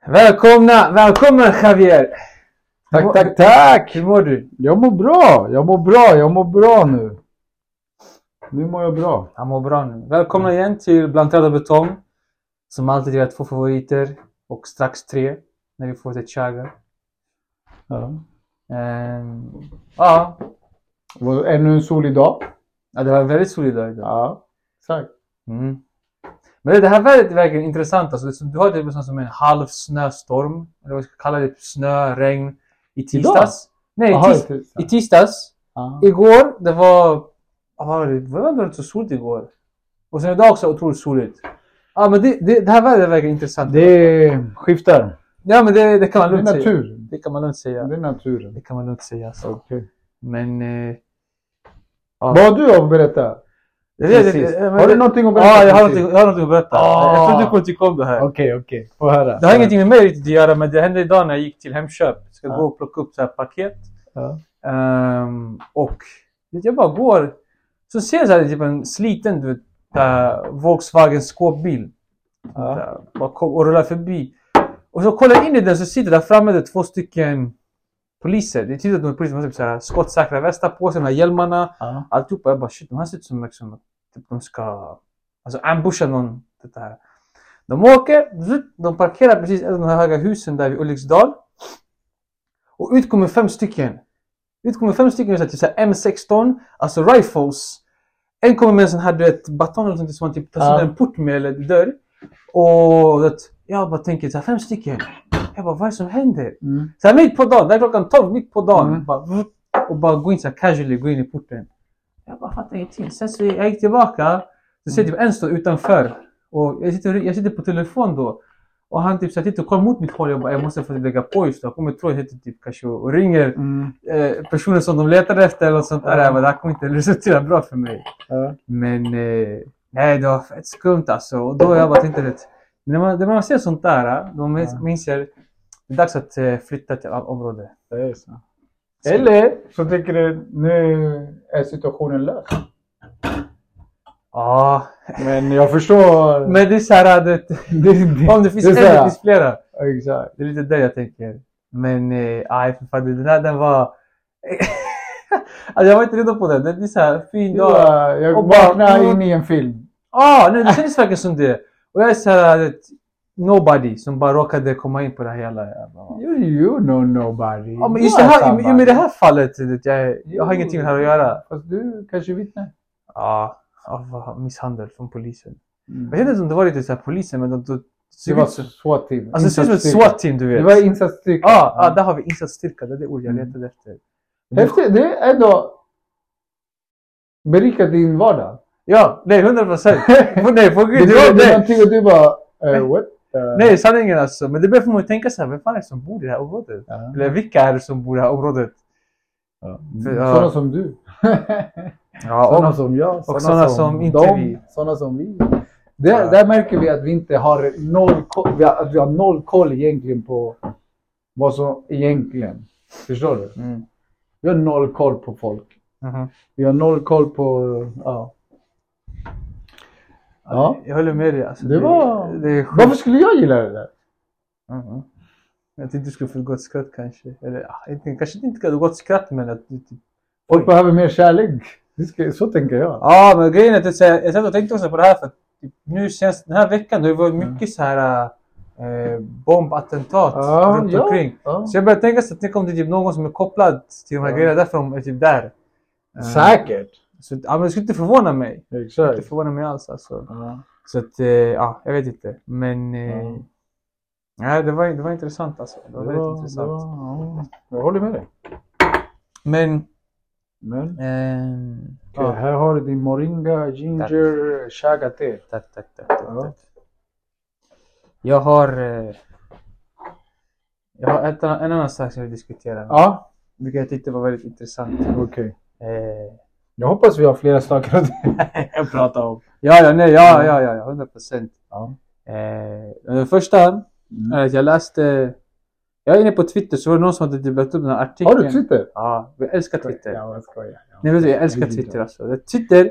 Välkommen Javier! Tack! Hur mår du? Jag mår bra nu. Nu mår jag bra. Jag mår bra nu. Välkomna igen till Bland träd och betong. Som alltid är 2 favoriter. Och strax 3. När vi får ett chaga. Ja. Ja. Det var ännu en solig dag. Ja, det var en väldigt solig dag idag. Ja, exakt. Mm. Men det här vädret är verkligen intressant. Alltså, du har det som en halv snöstorm. Eller vad ska kalla det? Snö, regn. I tisdags. Nej, i tisdags. Igår, det var... Det var inte så soligt igår. Och sen idag också otroligt soligt. Ja, men det här vädret är verkligen intressant. Det skiftar. Ja, men det kan man lugnt säga. Det är natur. Det kan man lugnt säga. Det är naturen. Det kan man lugnt säga. Så. Okay. Men... Vad har du att berätta? Har du någonting att berätta? Ja, jag har någonting att berätta. Jag tror du kommer tycka om det här. Okej. Få höra. Det har ingenting med mig riktigt att göra, men det hände idag när jag gick till Hemköp. Jag ska gå och plocka upp så här paket. Och jag bara går. Så ser jag så här, typ en sliten Volkswagen skåpbil. Och rullar förbi. Och så kollar jag in i den, så sitter där framme 2 stycken poliser. Det är tydligt att de är poliser som har typ så här skottsäkra västar på sig, de här hjälmarna. Alltihopa. Jag bara shit, de här ser ut som liksom, typ, de ska ambusha någon. Det här. De åker, de parkerar precis en av de här höga husen där vid Ulriksdal. Och ut kommer 5 stycken. Så här M16, alltså rifles. En kommer med en sån här batong eller sånt som man typ tar en port med eller dörr. Och jag bara tänker så här 5 stycken. Jag bara, vad är det som händer? Så här mitt på dagen, det är klockan 12 mitt på dagen. Bara gå in så här casually, gå in i porten. Jag bara fattar ingenting. Sen så jag gick tillbaka. Så ser typ en stå utanför. Och jag sitter på telefon då. Och han typ så här tittar och kollar mot mitt håll. Jag bara, jag måste få lägga på just då. Jag kommer tro att jag sitter typ kanske och ringer personer som de letar efter eller sånt där. Men det här kommer inte resultera bra för mig. Men nej, det var fett skumt alltså. Och då jag bara tänkte när man ser sånt där, då minns jag det är dags att flytta till området. Det är så. Eller så tänker du, nu är situationen lös. Ja. Men jag förstår. Men det är så här om det finns en, det finns flera. Exakt. Det är lite det jag tänker. Men för fan, den var... alltså, jag var inte redo på det. Det är så här fin dag. Jag vaknade in i en film. Nej, det känns verkligen som det. Och jag är så här nobody som bara råkade komma in på det här hela. You know nobody. Ja, men just det här, i det här fallet, jag har ingenting med det här att göra. Fast du kanske vittnar. Ja, misshandel från polisen. Jag vet inte om det var lite så här polisen, men det var SWAT-team. Alltså det ser ut som ett SWAT-team, du vet. Det var insatsstyrka. Ja, där har vi insatsstyrka. Det är det ord jag letade efter. Häftigt, det är ändå berika din vardag. Ja, nej, 100%. Nej, på gud. Det är någonting och du bara, what? Nej, sanningen alltså. Men det börjar få mig att tänka så här, vem fan är det som bor i det här området? Eller vilka är det som bor i det här området? Sådana som du. Sådana som jag. Och sådana som inte vi. Sådana som vi. Där märker vi att vi inte har vi har noll koll egentligen på vad som egentligen. Förstår du? Vi har noll koll på folk. Vi har noll koll på... Ja. Jag håller med dig. Alltså, det är varför skulle jag gilla det där? Jag tänkte du skulle få ett gott skratt kanske. Eller kanske inte ett gott skratt, men att folk behöver mer kärlek. Så tänker jag. Ja, men grejen är att jag tänkte också på det här för att nu känns den här veckan, det var mycket så här bombattentat runt omkring. Så jag började tänka så att det kom till typ någon som är kopplad till de här grejerna, därför de är typ där. Säkert. Så, men det skulle inte förvåna mig. Exakt. Det skulle inte förvåna mig alls alltså. Så att, jag vet inte. Men det var intressant alltså. Det var väldigt intressant. Jag håller med dig. Men här har du din moringa, ginger, chaga te. Tack. Jag har en annan sak som vi diskuterar. Vilket jag tyckte var väldigt intressant. Okej. Jag hoppas vi har flera saker att prata om. Ja, 100%. Det första är att jag läste... Jag är inne på Twitter, så var det någon som hade debatterat upp den här artikeln. Har du Twitter? Ja, jag älskar Twitter. Ja, jag skojar. Nej, vet du, jag älskar Twitter alltså. Twitter.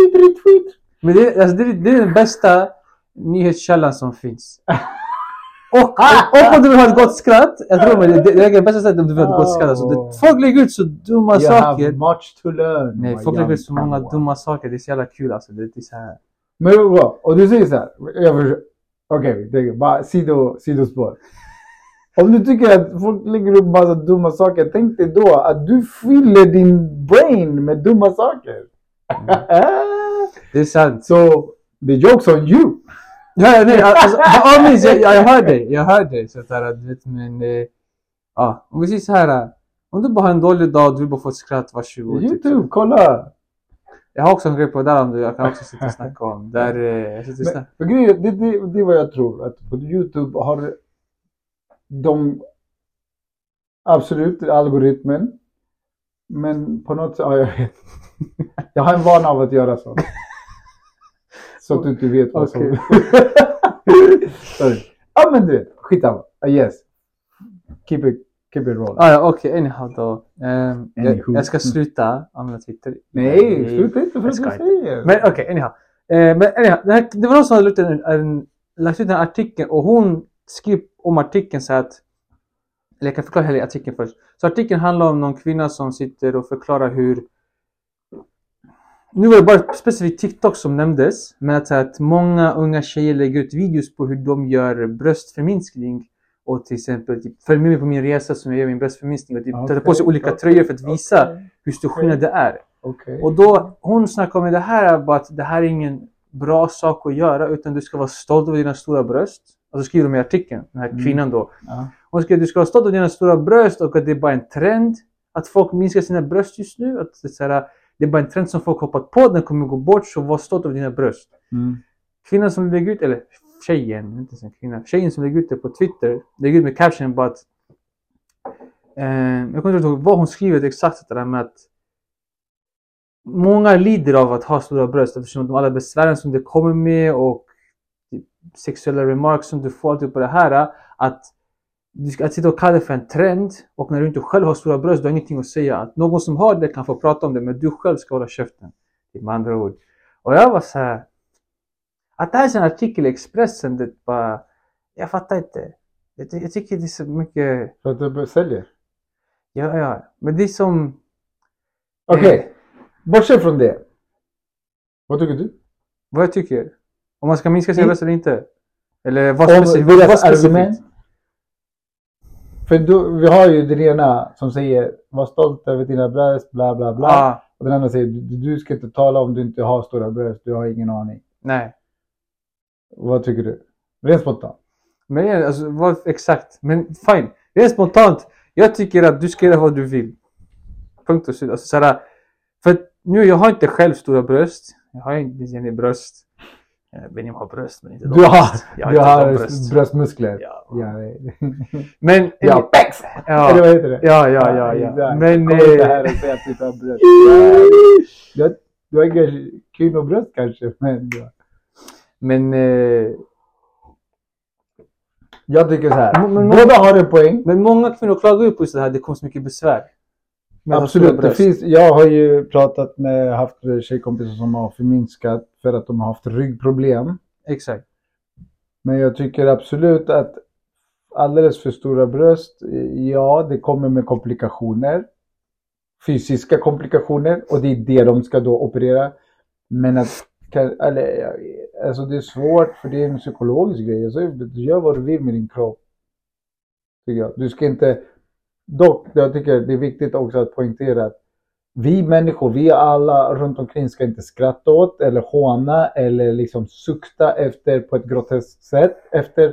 Tweet. Men det är den bästa nyhetskällan som finns. Och om du vill ha ett gott skratt. Jag tror mig, det är det bästa sättet om du vill ha ett gott skratt. Alltså, folk lägger ut så dumma saker. You have much to learn. Nej, folk lägger ut så många dumma saker. Det är så jävla kul alltså. Det är så här. Men och du säger så här. Okej, bara sidospår. Om du tycker att folk lägger upp massa dumma saker, tänk dig då att du fyller din brain med dumma saker. Det är sant. So, the joke's on you. Ja, nej, alltså, jag hör dig. Så där, vet, men, ja, om vi säger så här. Om du bara har en dålig dag och du bara får ett skratt, varsågod. YouTube, kolla. Jag har också en grej på där om jag kan också sitta och snacka om. Där, jag sitter och snacka. Men grejen, det är vad jag tror. Att på YouTube har de absolut algoritmen. Men på något sätt, ja jag vet. Jag har en vana av att göra så. Så att du inte vet vad som... Sorry. Ja men du vet, skitsamma. Yes. Keep it rolling. Okej, anyhow då. Jag ska sluta använda Twitter. Nej, sluta inte för att du säger. Men okej, anyhow. Det var någon som hade lagt ut en artikel och hon skrev om artikeln så att, eller jag kan förklara hela artikeln först. Så artikeln handlar om någon kvinna som sitter och förklarar hur, nu var det bara specifikt TikTok som nämndes, men att många unga tjejer lägger ut videos på hur de gör bröstförminskning och till exempel typ, följ med mig på min resa som jag gör min bröstförminskning och typ, tar på sig olika tröjor för att visa hur stor skillnad det är. Och då, hon snackar om det här bara att det här är ingen bra sak att göra utan du ska vara stolt över dina stora bröst. Och så skriver de i artikeln, den här kvinnan då. Hon skriver att du ska vara stolt över dina stora bröst och att det är bara en trend att folk minskar sina bröst just nu. Att det, är så här, det är bara en trend som folk hoppat på, den kommer gå bort, så var stolt över dina bröst. Kvinnan som lägger ut, eller tjejen, inte så kvinna, tjejen som lägger ut det på Twitter, lägger ut med captionen bara att jag kommer inte ihåg vad hon skriver exakt, det där med att många lider av att ha stora bröst eftersom de alla besvären som det kommer med och sexuella remarks som du får typ på det här, att sitta och kalla det för en trend och när du inte själv har stora bröst du har ingenting att säga, att någon som har det kan få prata om det men du själv ska hålla käften, med andra ord. Och jag var så här, att det här är en artikel i Expressen, det bara, jag fattar inte. Jag tycker det är så mycket... För att du säljer? Ja, men det är som... Okej, bortsett från det. Vad tycker du? Vad jag tycker? Om man ska minska sin röst eller inte? Eller vad specifikt? För vi har ju den ena som säger, var stolt över dina bröst, bla bla bla. Och den andra säger, du ska inte tala om du inte har stora bröst, du har ingen aning. Nej. Vad tycker du? Rent spontant. Men alltså, vad exakt? Men fine. Rent spontant. Jag tycker att du ska göra vad du vill. Punkt och slut. Alltså, såhär, för nu, jag har inte själv stora bröst. Jag har inte bröst. Benim har bröst, men inte du har bröstmuskler. Ja. Men... Ja, pex! Ja. Eller vad heter det? Ja. Men... det här att säga att du inte har bröst. Du har inga kvinnobröst kanske, men... Men jag tycker så här. Båda har en poäng. Men många kvinnor klagar ju på så här. Det kommer så mycket besvär. Absolut. Det finns, jag har ju pratat med, haft tjejkompisar som har förminskat för att de har haft ryggproblem. Exakt. Men jag tycker absolut att alldeles för stora bröst, ja, det kommer med komplikationer. Fysiska komplikationer. Och det är det de ska då operera. Men att alltså det är svårt för det är en psykologisk grej. Alltså, du gör vad du vill med din kropp. Tycker jag. Du ska inte... Dock, jag tycker det är viktigt också att poängtera att vi människor, vi alla runt omkring ska inte skratta åt eller håna eller liksom sukta efter på ett groteskt sätt efter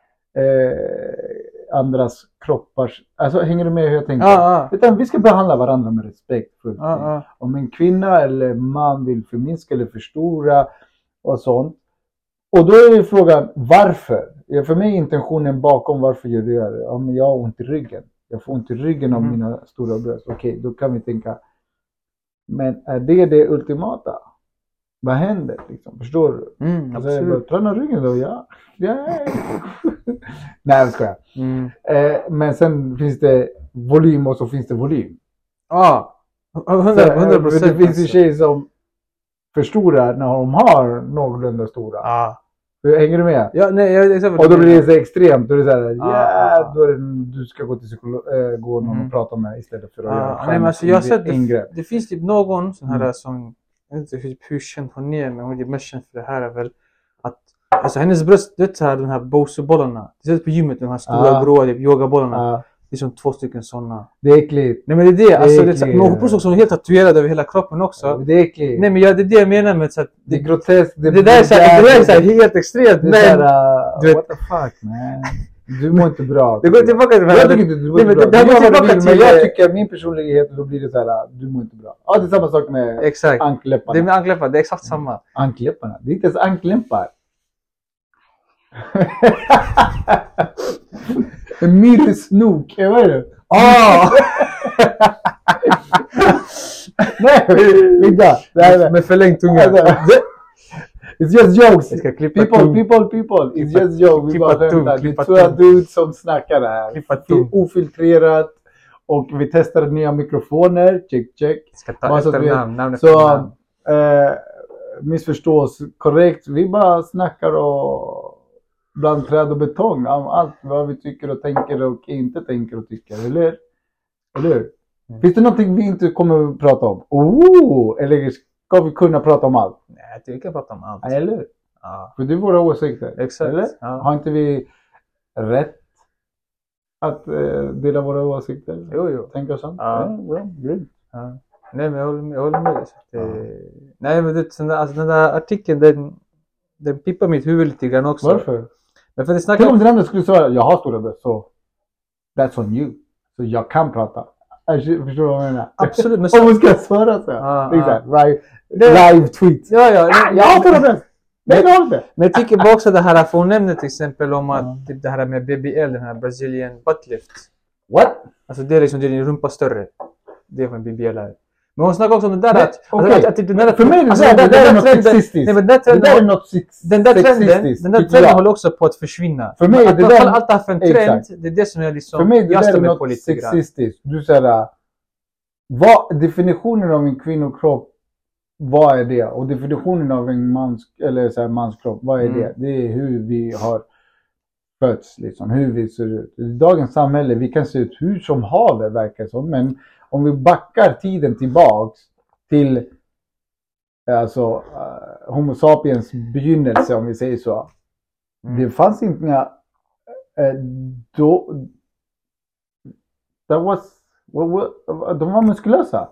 andras kroppars... Alltså hänger du med hur jag tänker? Utan vi ska behandla varandra med respekt. Om en kvinna eller man vill förminska eller förstora och sånt. Och då är frågan, varför? För mig är intentionen bakom varför gör du det? Ja, men jag har ont i ryggen. Jag får ont i ryggen av mina stora bröst. Okej, då kan vi tänka, men är det ultimata? Vad händer? Liksom? Förstår du? Alltså, jag bara, träna ryggen då, ja. Nej, jag skojar. Men sen finns det volym och så finns det volym. 100%. Det finns ju tjejer som förstorar när de har någorlunda stora. Hänger du med? Ja, nej, och då blir det så extremt. Då är det så här, då är det, du ska gå till gå någon och prata med istället för att göra nej, men alltså, jag har sett det finns typ någon sån här som, jag vet inte hur känd hon är, men hon är mest känd för det här är väl att alltså hennes bröst, det är den här Bose-bollarna. Det sitter på gymmet, de här stora gråa yogabollarna. Det är som 2 stycken sådana. Det är äckligt. Nej men det är det, alltså det är, men hon hoppas också hon är helt tatuerad över hela kroppen också. Det är äckligt. Nej men det är det jag menar med så att det är groteskt. Det där är så här helt extremt. Det är såhär, what the fuck man. Du mår inte bra. Det går tillbaka till jag tycker inte du mår inte bra. Men jag tycker min personlighet, då blir det såhär, du mår inte bra. Ja, det är samma sak med ankläpparna. Det är med ankläppar, det är exakt samma. Ankläpparna, det är inte ens ankläppar. En myrsnok, vad är det? Nej, vidda. Med förlängd tunga. It's just jokes. People. It's just jokes. Vi bara väntar. Det är 2 dudes som snackar här. Ofiltrerat. Och vi testade nya mikrofoner. Check. Ska ta namn. Så missförstås korrekt. Vi bara snackar och bland träd och betong. Om allt vad vi tycker och tänker och inte tänker och tycker. Eller hur? Finns det någonting vi inte kommer att prata om? Eller ska vi kunna prata om allt? Nej, vi kan prata om allt. Eller? Ja. För det är våra åsikter. Exakt. Eller? Ja. Har inte vi rätt att dela våra åsikter? Jo. Tänka sånt? Ja. Grymt. Ja. Nej, men jag håller med dig. Nej, men den där artikeln, den pippar mitt huvud lite grann också. Varför? Men för det snackar om den andra skulle säga, jag har stora bröst, så that's on you. Så jag kan prata. Förstår du vad jag menar? Absolut. Men om hon ska svara så. Exakt. Live tweet. Ja. Jag har stora bröst. Men jag tycker bara också det här, för hon nämnde till exempel om att typ det här med BBL, den här Brazilian butt lift. What? Alltså det är liksom, det är din rumpa större. Det är vad en BBL är. Men hon snackar också om det där att... För mig det där är något sexistiskt. Den där trenden håller också på att försvinna. För mig det där... Allt det här för en trend, det är det som jag liksom... För mig det där är något sexistiskt. Du säger, vad definitionen av en kvinnokropp, vad är det? Och definitionen av en manskropp, vad är det? Det är hur vi har fötts, liksom, hur vi ser ut. I dagens samhälle, vi kan se ut hur som haver, verkar som, men om vi backar tiden tillbaks till alltså Homo sapiens begynnelse, om vi säger så. Det fanns inga de var muskulösa.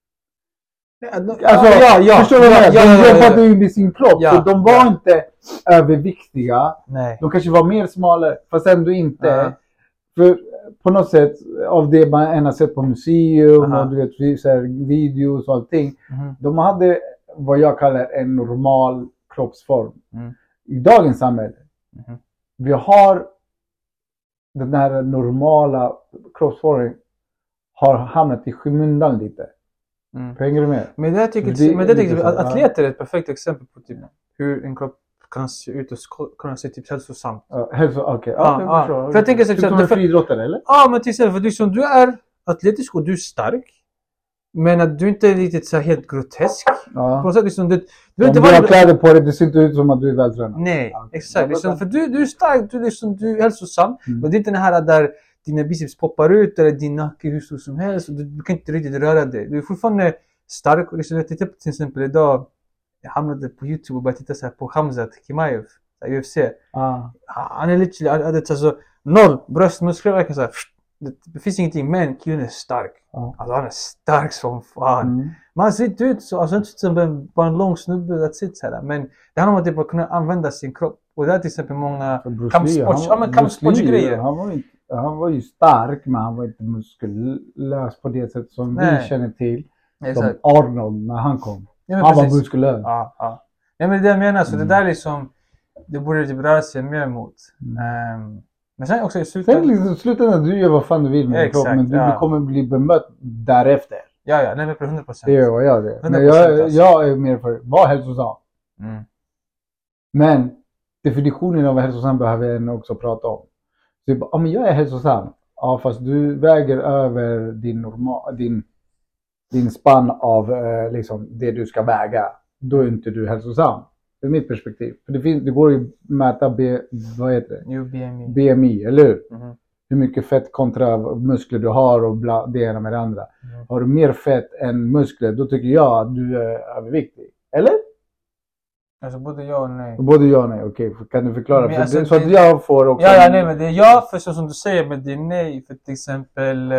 Förstår du vad de jobbade ju med sin kropp. Så de var inte överviktiga. Nej. De kanske var mer smalare, fast ändå inte. För på något sätt, av det man än har sett på museum och du vet, så här, videos och allting. De hade vad jag kallar en normal kroppsform. I dagens samhälle. Vi har den här normala kroppsformen har hamnat i skymundan lite. Hänger du med? Men det tycker att atleter är ett perfekt exempel på typ hur en kropp kan se ut och kunna se typ hälsosamt. Okej. För jag tänker typ som en friidrottare, eller? Ja, men till exempel för liksom, du är atletisk och du är stark. Men att du inte är riktigt så helt grotesk. På något sätt liksom, du har kläder på dig, det ser inte ut som att du är vältränad. Nej, exakt. Liksom, för du är stark, du är hälsosam. Men det är inte den här där dina biceps poppar ut eller din nacke hur stor som helst. Och du kan inte riktigt röra dig. Du är fortfarande stark. Och liksom, jag tittade till exempel idag. Jag hamnade på YouTube och började titta så här på Khamzat Chimaev, UFC. Han är lite, alltså noll bröstmuskler, verkar så här. Det finns ingenting, men killen är stark. Alltså han är stark som fan. Man ser inte ut så, alltså inte som bara en lång snubbe att sitta så här. Men det handlar om att typ kunna använda sin kropp. Och det är till exempel många kampsportsgrejer. Han var ju stark, men han var inte muskulös på det sätt som vi känner till. Som Arnold när han kom. Han var muskulös. Ja, men det är det jag menar. Så det där liksom, det borde typ röra sig mer mot. Men sen också i slutändan du gör vad fan du vill med din kropp, men du kommer bli bemött därefter. Ja, nej men på 100%. Det gör vad jag det. Men jag är mer för, var hälsosam. Men definitionen av hälsosam behöver jag också prata om. Så, men jag är hälsosam. Ja, fast du väger över din spann av liksom det du ska väga. Då är inte du hälsosam. Ur mitt perspektiv. För det går ju att mäta vad heter det? Jo, BMI. BMI, eller hur? Mhm. Hur mycket fett kontra muskler du har och det ena med det andra. Har du mer fett än muskler, då tycker jag att du är överviktig. Eller? Alltså både ja och nej. Både ja och nej, okej. Kan du förklara? Men För alltså, så att jag får också... Ja, nej, men det är ja, för så som du säger, men det är nej. För till exempel,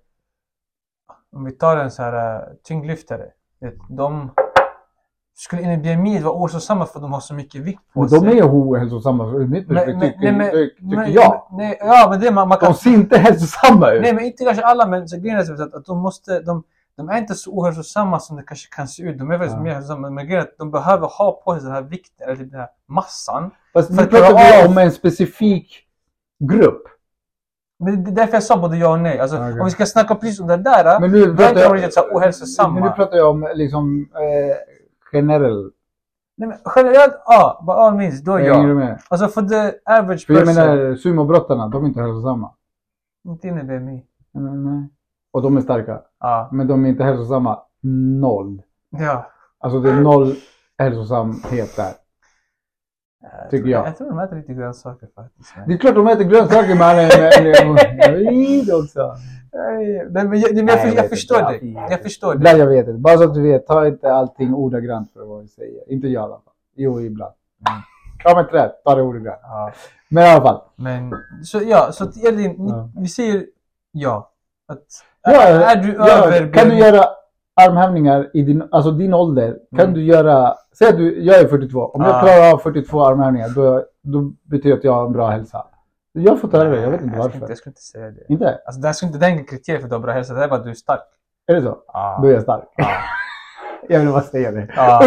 om vi tar en så här tyngdlyftare. De skulle enligt BMI vara ohälsosamma för att de har så mycket vikt på men sig. de är ohälsosamma ur mitt perspektiv, tycker jag. Nej, ja, men det man kan... De ser inte hälsosamma ut. Nej, men inte kanske alla, men så grejen är att de måste... De är inte så ohälsosamma som det kanske kan se ut. De är väldigt mer hälsosamma. Men grejen är att de behöver ha på sig den här vikten, eller den här massan. Fast nu pratar vi om en specifik grupp. Men det är därför jag sa både ja och nej. Alltså, om vi ska snacka precis om det där, men nu då är inte de riktigt så ohälsosamma. Men nu pratar jag om liksom generell. Nej, men generellt, ja, by all means, då är Hänger du jag. med? Alltså för the average För person. jag menar, sumobrottarna, de är inte hälsosamma. Inte inne BMI. Nej. Och de är starka. Ja. Men de är inte hälsosamma. 0. Ja. Alltså det är 0 hälsosamhet där. Tycker jag. Jag tror de äter lite grönsaker faktiskt. Det är klart de äter grönsaker med vid också. Nej, men jag förstår det. Jag förstår det. Ibland jag vet inte. Bara så att du vet, ta inte allting ordagrant för vad vi säger. Inte jag i alla fall. Jo, ibland. Kom inte rätt, ta det ordagrant. Ja. Men i alla fall. Men, så ja, så att Elin, vi säger ja. Att, Ja, är du över... Kan du göra armhävningar i din ålder? Kan du göra... Säg att jag är 42. Om jag klarar av 42 armhävningar, då betyder det att jag har en bra hälsa. Jag får ta det, jag vet inte varför. Jag skulle inte säga det. Inte? Alltså det är inte kriterier för att du har bra hälsa, det är bara att du är stark. Är det så? Ja. Då är jag stark. Ja. Jag vill bara säga det. Ja.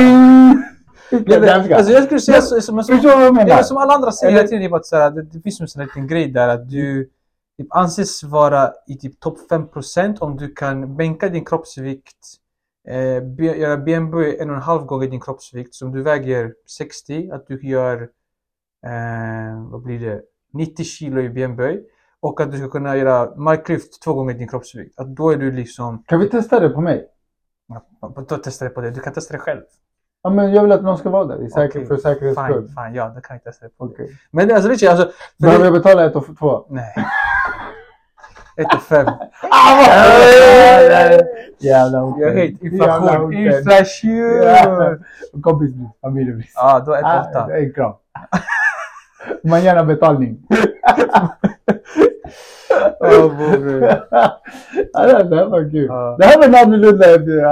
Alltså jag skulle säga som alla andra säger hela tiden, att det finns en sån liten grej där att du typ anses vara i typ topp 5% om du kan bänka din kroppsvikt, göra benböj 1,5 gånger din kroppsvikt, som du väger 60, att du gör vad blir det, 90 kilo i benböj, och att du ska kunna göra marklyft 2 gånger din kroppsvikt. Att då är du liksom... Kan vi testa det på mig? Då testar det på det. Du kan testa det själv. Ja, men jag vill att någon ska vara där. För säkerhets skull. Fine, ja, det kan jag testa det på. Okay. Men alltså, Richie, alltså... Behöver jag betala 1 och 2? Nej. 1 och 5. Jävla okej. Jag hate inflation. Inflation! Kompisbrist, familjebrist. Ja, då 1 och 8. Det är en kram. Man gärna betalning. Åh, borde. Ja, det här var kul. Det här var en annorlunda.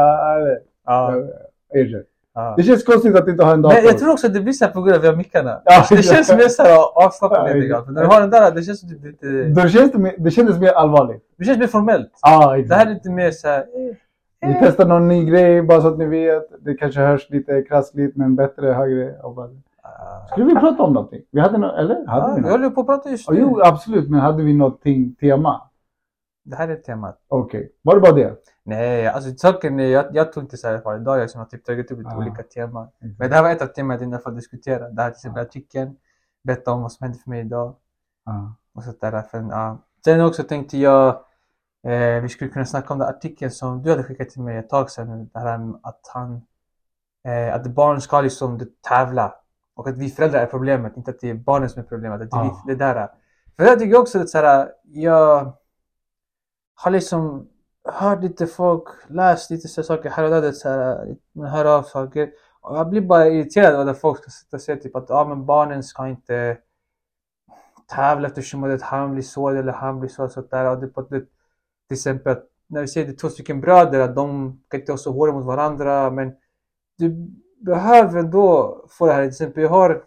Det känns konstigt att inte ha en dator. Men jag tror också att det blir så här på grund av att vi har mickarna. Ja, det känns mer så här avslappnat lite grann. När du har den där, det känns typ lite... Det kändes mer allvarligt. Det känns mer formellt. Exakt. Det här är lite mer så här... Vi testar någon ny grej, bara så att ni vet. Det kanske hörs lite krassligt, men bättre, högre. Skulle vi prata om någonting? Vi hade något, eller? Hade vi vi håller på att prata just nu. Jo, absolut. Men hade vi någonting tema? Det här är temat. Okej. Var det bara det? Nej, alltså saken är, jag tog inte så här för idag. Jag har typ tagit upp lite olika teman. Men det här var ett av temat jag får diskutera. Det här till exempel artikeln. Berätta om vad som hände för mig idag. Och så där. Sen också tänkte jag, vi skulle kunna snacka om den artikeln som du hade skickat till mig ett tag sedan. Det här att barn ska liksom tävla. Och att vi föräldrar är problemet, inte att det är barnen som är problemet. Att det där. För jag tycker också att så här, jag har liksom hört lite folk, läst lite så saker här och där, så här, hör av saker. Och jag blir bara irriterad av att folk ska sitta och säga typ att men barnen ska inte tävla eftersom att han blir så eller han blir så där. Och det till exempel att när vi säger det är 2 stycken bröder, att de kan inte vara så hårda mot varandra, men du behöver då få det här. Till exempel jag har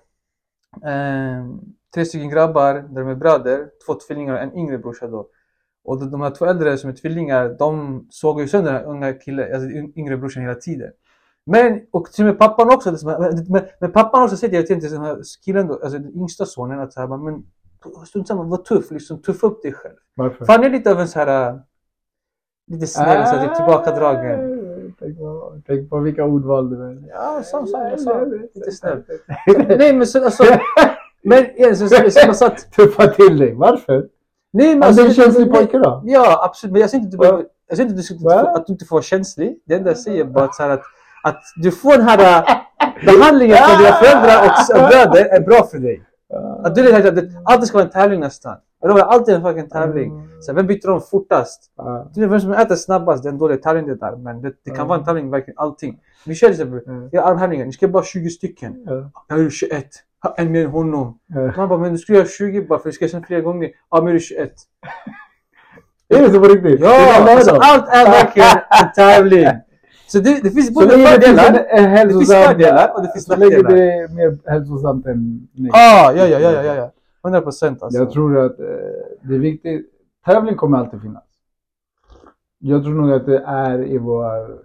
3 stycken grabbar där de är bröder, 2 tvillingar och en yngre brorsa då. Och de här 2 äldre som är tvillingar, de såg ju sönder den unga killen, alltså yngre brorsan hela tiden. Men, och till och med pappan också, men pappan också säger till den här killen då, alltså den yngsta sonen, att så här, men stund samman, var tuff, liksom tuffa upp dig själv. Varför? Fan är lite av en så här, lite snäll, så typ tillbakadragen. Tänk på vilka ordval du väljer. Ja, så, lite snäll. Nej, men så, alltså, men igen, som jag sa att... Tuffa till dig, varför? Nej, men alltså, det känns ju pojke då? Ja, absolut, men jag säger inte att du inte får vara känslig. Det enda jag säger är bara så här att du får den här behandlingen för dina föräldrar och bröder är bra för dig. Att du vet att alltid ska vara en tävling nästan. Det är alltid en fucking tävling. Så vem byter om fortast? Du vet vem som äter snabbast, det är en dålig tävling det där. Men det kan vara en tävling, verkligen allting. Vi kör till exempel, jag har armhävningar, ni ska bara 20 stycken. Jag är 21, en mer än honom. Man bara, men du ska göra 20 bara för du ska sen flera gånger. Ja, men är 21. Är det så på riktigt? Ja, alltså, allt är verkligen en tävling. Så det finns både fördelar, det finns fördelar och det finns nackdelar. Så länge det är mer hälsosamt än nej. Ja. 100% alltså. Jag tror att det är viktigt. Tävling kommer alltid finnas. Jag tror nog att det är i vår...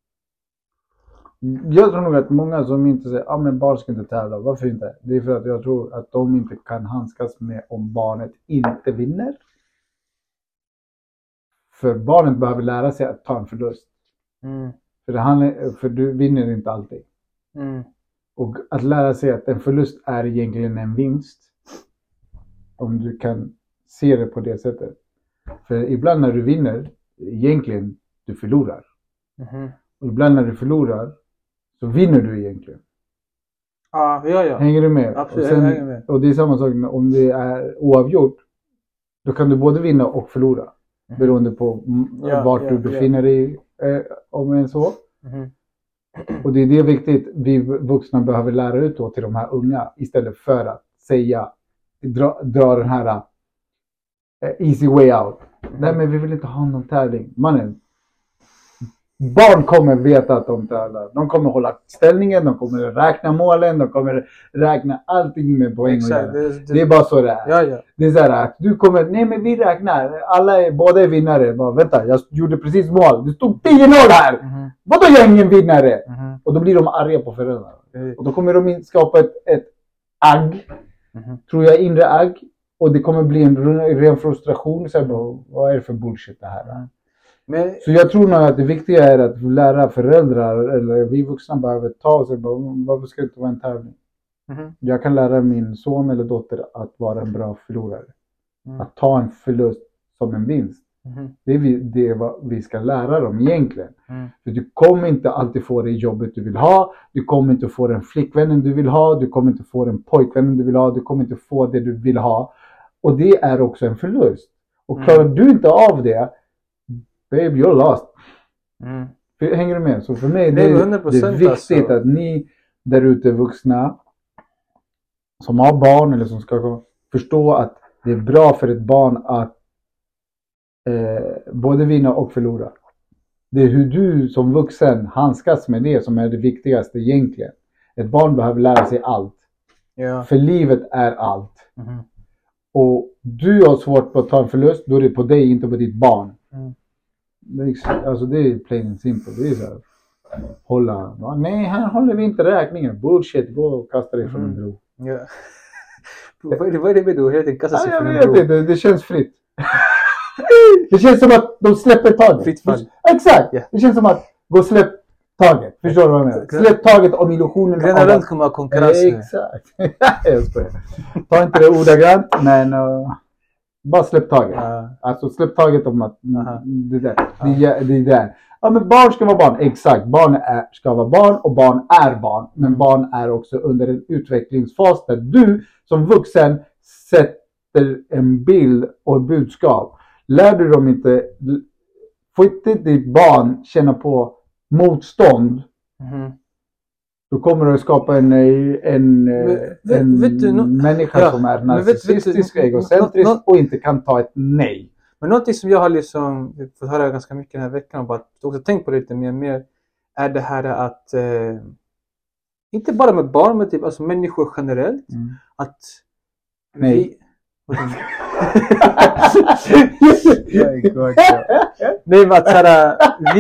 Jag tror nog att många som inte säger men barn ska inte tävla. Varför inte? Det är för att jag tror att de inte kan handskas med om barnet inte vinner. För barnet behöver lära sig att ta en förlust. För du vinner inte alltid. Och att lära sig att en förlust är egentligen en vinst. Om du kan se det på det sättet. För ibland när du vinner, egentligen du förlorar. Och ibland när du förlorar, så vinner du egentligen. Ja. Hänger du med? Absolut, och jag hänger med. Och det är samma sak om det är oavgjort. Då kan du både vinna och förlora. Beroende på vart du befinner dig, om en så. Och det är viktigt. Vi vuxna behöver lära ut då till de här unga. Istället för att säga, dra den här easy way out. Nej, men vi vill inte ha någon tävling. Mannen. Barn kommer veta att de tävlar. De kommer hålla ställningen, de kommer räkna målen, de kommer räkna allting med poäng. Det är bara så det är. Ja. Det är så här att du kommer, nej men vi räknar. Båda är vinnare. Bara, vänta, jag gjorde precis mål. Det stod 10-0 här. Vadå jag är ingen vinnare? Och då blir de arga på föräldrarna. Och då kommer de skapa ett agg. Tror jag, inre agg. Och det kommer bli en ren frustration. Så här, vad är det för bullshit det här? Så jag tror nog att det viktiga är att lära föräldrar eller vi vuxna behöver ta sig. Varför ska det inte vara en tävling? Jag kan lära min son eller dotter att vara en bra förlorare. Att ta en förlust som en vinst. Det är vad vi ska lära dem egentligen. För du kommer inte alltid få det jobbet du vill ha. Du kommer inte få den flickvännen du vill ha. Du kommer inte få den pojkvännen du vill ha. Du kommer inte få det du vill ha. Och det är också en förlust. Och klarar du inte av det, baby, you're lost. Hänger du med? Så för mig det är viktigt alltså. Att ni där ute vuxna som har barn eller som ska förstå att det är bra för ett barn att både vinna och förlora. Det är hur du som vuxen handskas med det som är det viktigaste egentligen. Ett barn behöver lära sig allt. För livet är allt. Och du har svårt på att ta en förlust, då är det på dig, inte på ditt barn. Alltså det är plain and simple. Det är så här, nej, här håller vi inte räkningen. Bullshit, gå och kasta dig från en bro. Vad är det med du? Helt kasta sig från en bro? Jag vet inte, det känns fritt. Det känns som att de släpper taget. Fritt fall. Exakt, det känns som att gå och släpp taget. Förstår du vad jag menar? Släpp taget om illusionen. Gröna runt kommer ha konkurrens. Exakt. Jag skojar. Ta inte det ordagrant, men bara släpp taget. Alltså släpp taget om att det där. Det är där. Ja, men barn ska vara barn. Exakt. Barn ska vara barn och barn är barn. Men barn är också under en utvecklingsfas där du som vuxen sätter en bild och ett budskap. Lär du dem inte, får inte ditt barn känna på motstånd, då kommer du att skapa en människa som är narcissistisk, egocentrisk och inte kan ta ett nej. Men någonting som jag har liksom fått höra ganska mycket den här veckan och bara också tänkt på lite mer är det här att inte bara med barn, men typ alltså människor generellt att nej. Nej, men att såhär,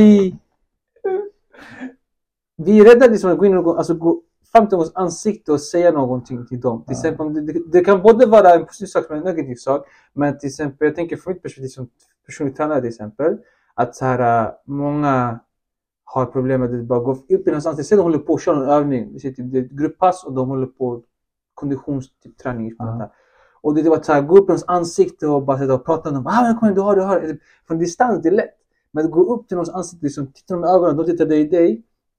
vi är rädda liksom att gå in och gå fram till någons ansikte och säga någonting till dem. Till exempel, det kan både vara en positiv sak men en negativ sak. Men till exempel, jag tänker från mitt perspektiv som personlig tränare till exempel, att såhär, många har problem med att bara gå upp i någonstans ansikte. Sen de håller på att köra en övning. Det är ett grupppass och de håller på konditionsträning. Och det var att så här, gå upp i någons ansikte och bara sätta och prata med dem. Men du har. Från distans, det är lätt. Men att gå upp till någons ansikte, liksom, titta dem i ögonen, de tittar dig i dig.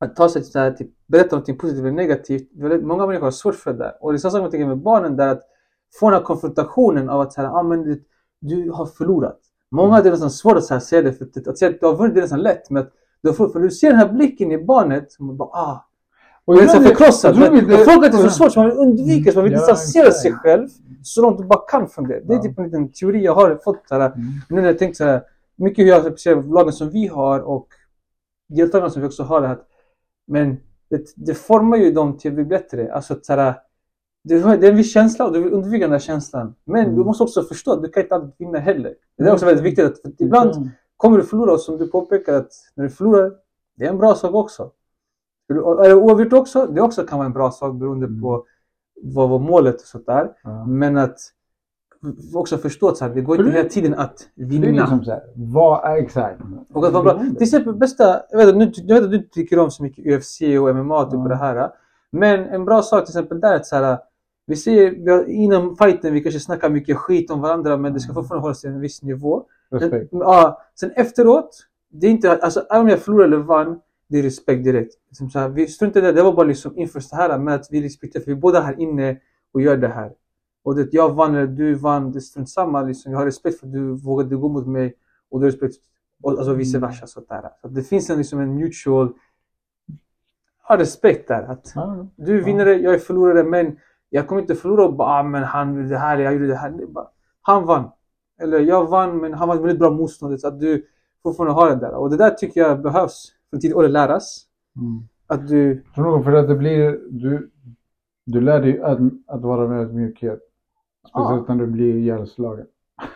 att ta sig till, här, till berätta något positivt eller negativt. Många människor har svårt för det där. Och det är samma sak man tänker med barnen där, att få den här konfrontationen av att så här, men du har förlorat. Många hade nästan svårt att så här, säga det, för att säga att du har vunnit det är nästan lätt, men du har förlorat, för du ser den här blicken i barnet som man bara och det är så förkrossad. Folk är så svårt, så man vill undvika, så man vill distansera sig själv så långt du bara kan från det. Det är typ en liten teori jag har fått så här, nu när jag tänkt så här, mycket hur jag ser lagen som vi har och deltagarna som vi också har det här. Men det formar ju dem till att bli bättre. Alltså att så här, det är en viss känsla och du vill undvika den här känslan. Men du måste också förstå att du kan inte alltid vinna heller. Det är också väldigt viktigt, att ibland kommer du förlora, och som du påpekar, att när du förlorar, det är en bra sak också. Är det oavgjort också? Det också kan vara en bra sak beroende på vad var målet och sånt där. Men att också förstå att så här, det går inte hela tiden att vinna. Det är liksom så här, vad är exakt? Och att vara bra. Till exempel bästa, jag vet att du tycker om så mycket UFC och MMA typ på det här. Men en bra sak till exempel där är att så här, vi ser inom fighten, vi kanske snackar mycket skit om varandra, men det ska fortfarande hålla sig en viss nivå. Respekt. Sen efteråt, det är inte, alltså även om jag förlorar eller vann, det är respekt direkt. Som så här, vi struntade det var bara liksom inför det här med att vi respekterar, för vi båda här inne och gör det här. Och det jag vann eller du vann, det är strunt samma liksom. Jag har respekt för att du vågade gå mot mig, och du har respekt, och alltså vice versa så där. Så det finns liksom en mutual respekt där, att du vinner det, jag är förlorare, men jag kommer inte förlora och bara, men han gjorde det här, jag gjorde det här. Det bara, han vann. Eller jag vann, men han var väldigt bra motståndare, så att du fortfarande har det där. Och det där tycker jag behövs från tid och läras. Att du... För att det blir, du lär dig att vara med mjukhet. Speciellt när du blir ihjälslagen.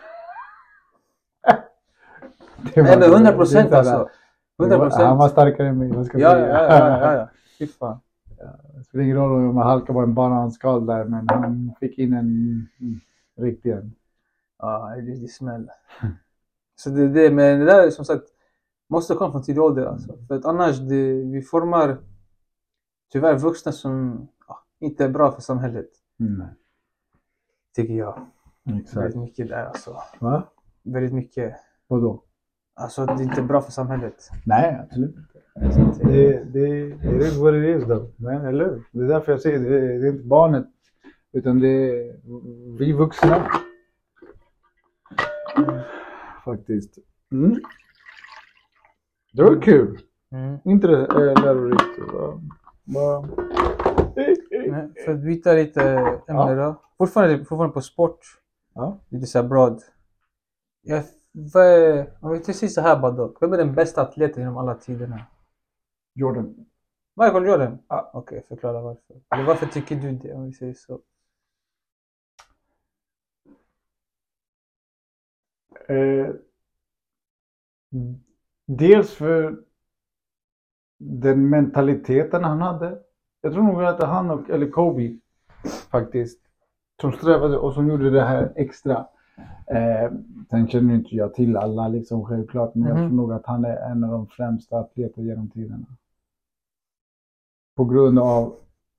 Nej, men 100% alltså. 100%. Han var starkare än mig. Ja. Fy fan. Det spelar ingen roll om man halkar på en bananskal där, men han fick in en riktig en. Ja, det smäller. Så men det där är som sagt, måste komma från tidig ålder alltså. För att annars, vi formar tyvärr vuxna som inte är bra för samhället. Tycker jag. Exakt. Väldigt mycket där alltså. Va? Väldigt mycket. Vadå? Alltså det är inte bra för samhället. Nej, absolut inte. Det är vad det är då. Men eller? Det är därför jag säger det är inte barnet, utan det är vi vuxna. Faktiskt. Det var kul. Inte det lärorikt. För att byta lite ämne då. Fortfarande på sport. Lite så här broad. Om vi till sist så här bara dock. Vem är den bästa atleten genom alla tiderna? Jordan. Michael Jordan? Okej, förklara varför. Eller varför tycker du det, om vi säger så? Dels för den mentaliteten han hade. Jag tror nog att han eller Kobe faktiskt, som strävade och som gjorde det här extra. Sen känner inte jag till alla liksom självklart, men jag tror nog att han är en av de främsta atleter genom tiderna. På grund av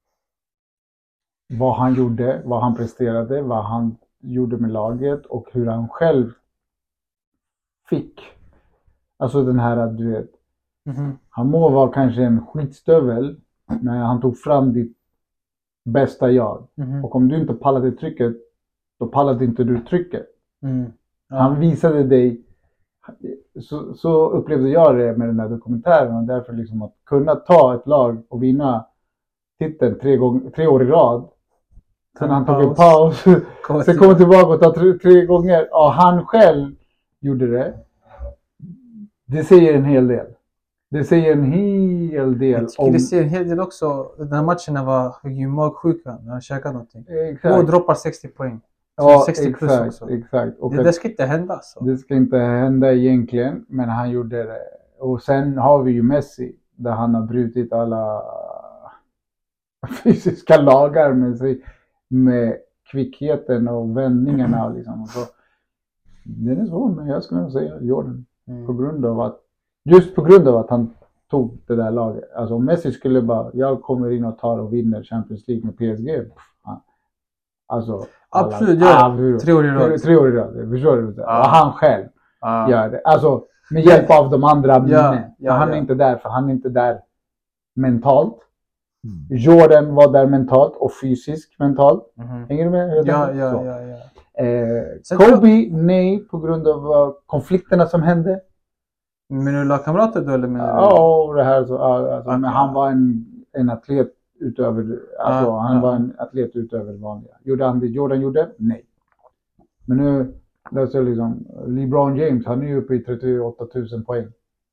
vad han gjorde, vad han presterade, vad han gjorde med laget och hur han själv fick. Alltså den här att du vet, han må vara kanske en skitstövel, men han tog fram ditt bästa jag. Och om du inte pallade trycket, då pallade inte du trycket. Han visade dig, så upplevde jag det med den här dokumentären, och därför liksom att kunna ta ett lag och vinna titeln 3 år i rad. Sen han tog en paus, sen kom tillbaka och ta 3 gånger. Ja, han själv gjorde det. Det säger en hel del. Det säger en hel del. Det säger en hel del också. Den här matchen var magsjuka när han käkade någonting. Exakt. Och droppar 60 poäng. Ja, 60 plus också. Exakt. Och det ska inte hända så. Det ska inte hända egentligen, men han gjorde det. Och sen har vi ju Messi, där han har brutit alla fysiska lagar med kvickheten och vändningarna liksom. Och så, det är svårt, men jag skulle säga Jordan. På grund av att han tog det där laget. Alltså om Messi skulle bara, jag kommer in och tar och vinner Champions League med PSG. Alltså absolut, gör 3 år i rad. 3 år i rad, förstår du? Och han själv gör det. Alltså med hjälp av de andra. Han är inte där, för han är inte där mentalt. Jordan var där mentalt och fysiskt mentalt. Hänger du med? Kobe, nej, på grund av konflikterna som hände. Men du lagkamrater då eller menar du? Ja, det här så, alltså, men han var en atlet utöver, alltså han var en atlet utöver vanliga. Gjorde han det Jordan gjorde? Nej. Men nu, det är liksom, LeBron James, han är ju uppe i 38 000 poäng.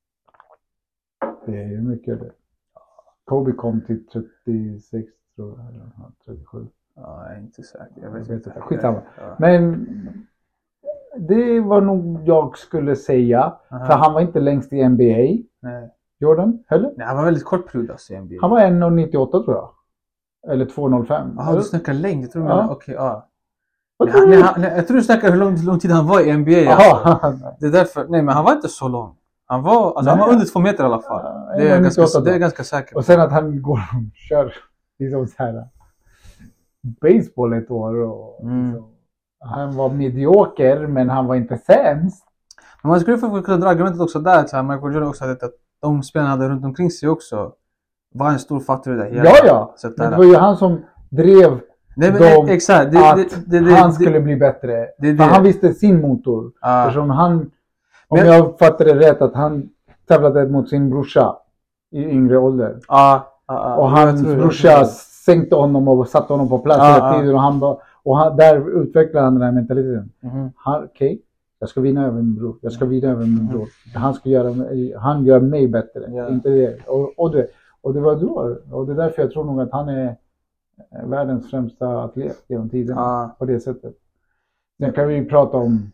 Det är ju mycket det. Kobe kom till 36 tror jag, eller 37. Ja, jag är inte säker. Jag vet inte. Skitsamma. Men det var nog jag skulle säga. För han var inte längst i NBA. Nej. Jordan, eller? Nej, han var väldigt kort period alltså, i NBA. Han var 1,98 tror jag. Eller 2,05. Jaha, du snackar längd. Jag tror okej, jag tror du snackar hur lång tid han var i NBA. Alltså. Det är därför. Nej, men han var inte så lång. Han var under 2 meter i alla fall. Det är ganska säkert. Och sen att han går och kör liksom så här baseball ett år. Och, liksom. Han var medioker, men han var inte sämst. Men man skulle kunna dra argumentet också där. Så här, Michael Jordan också att de spelarna hade runt omkring sig också var en stor faktor i det hela. Ja. Men det var ju han som drev dem exakt. Han skulle bli bättre. För han visste sin motor. Eftersom han, om jag fattar det rätt, att han tävlade mot sin brorsa i yngre ålder. Och hans brorsa sänkte honom och satte honom på plats hela tiden. Och där utvecklade han den här mentaliteten. Okej, jag ska vinna över min bror. Han gör mig bättre. Inte det. Och det var då. Och det är därför jag tror nog att han är världens främsta atlet genom tiden. På det sättet. Sen kan vi prata om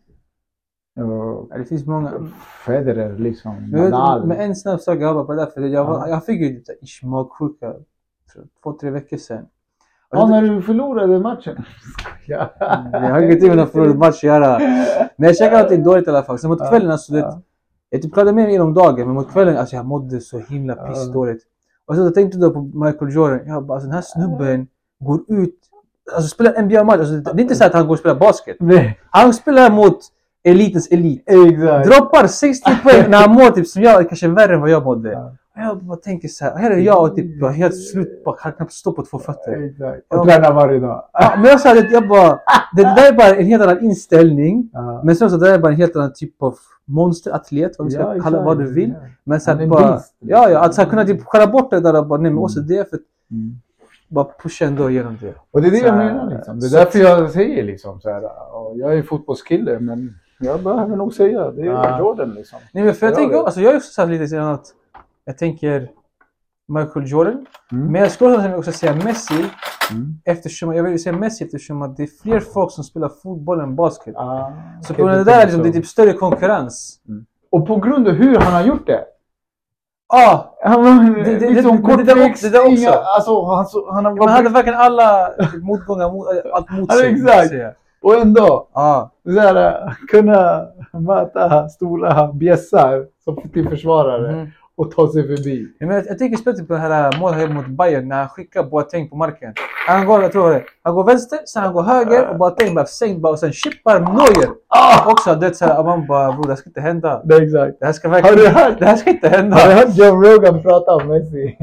det finns många Federer liksom. Men en snabb sak jag har på det där, för jag fick ju lite magsjuka 2-3 veckor sedan. När du förlorade matchen. Jag har ingenting med att förlora match att göra. Men jag käkade att det är dåligt i alla fall. Så mot kvällen alltså, jag typ klarade med mig genom dagen, men mot kvällen alltså jag mådde så himla pissdåligt. Och så jag tänkte då på Michael Jordan. Jag bara, alltså den här snubben går ut, alltså spelar NBA-match. Alltså, det är inte så att han går och spelar basket. Nej. Han spelar mot elitens elit. Exakt. Droppar 60 poäng när han mår typ som jag, kanske värre än vad jag mådde. Jag bara tänker så här är jag och typ helt slut, bara kan knappt stå på 2 fötter. Exakt. Och tränar varje dag. Men jag sa det, jag bara, det där är bara en helt annan inställning. Men sen så det är bara en helt annan typ av monsteratlet, vad vi ska kalla vad du vill. Men så att bara, att så kunna typ skära bort det där och bara, nej men också det för bara pusha ändå igenom det. Och det är det jag menar liksom. Det är därför jag säger liksom så här, jag är fotbollskille, men jag behöver nog säga, det är Jordan liksom. Nej men för jag tänker, alltså jag är också så här lite sådär att jag tänker Michael Jordan, men jag skulle också säga Messi, eftersom jag vill säga Messi eftersom att det är fler folk som spelar fotboll än basket. Så på det där liksom, det är typ större konkurrens. Och på grund av hur han har gjort det. Han var liksom kortväxt, han hade verkligen alla motgångar, allt mot sig. Exakt. Och ändå så här, kunna möta stora bjässar som till försvarare och ta sig förbi. Jag tänker spelet på det här målet mot Bayern när han skickar Boateng på marken. Han går vänster, sen han går höger och Boateng bara sänkt och sen chippar Neuer. Också det så här, man bara, bror, det ska inte hända. Det är exakt. Det här ska verkligen, det här ska inte hända. Har du hört Joe Rogan prata om Messi?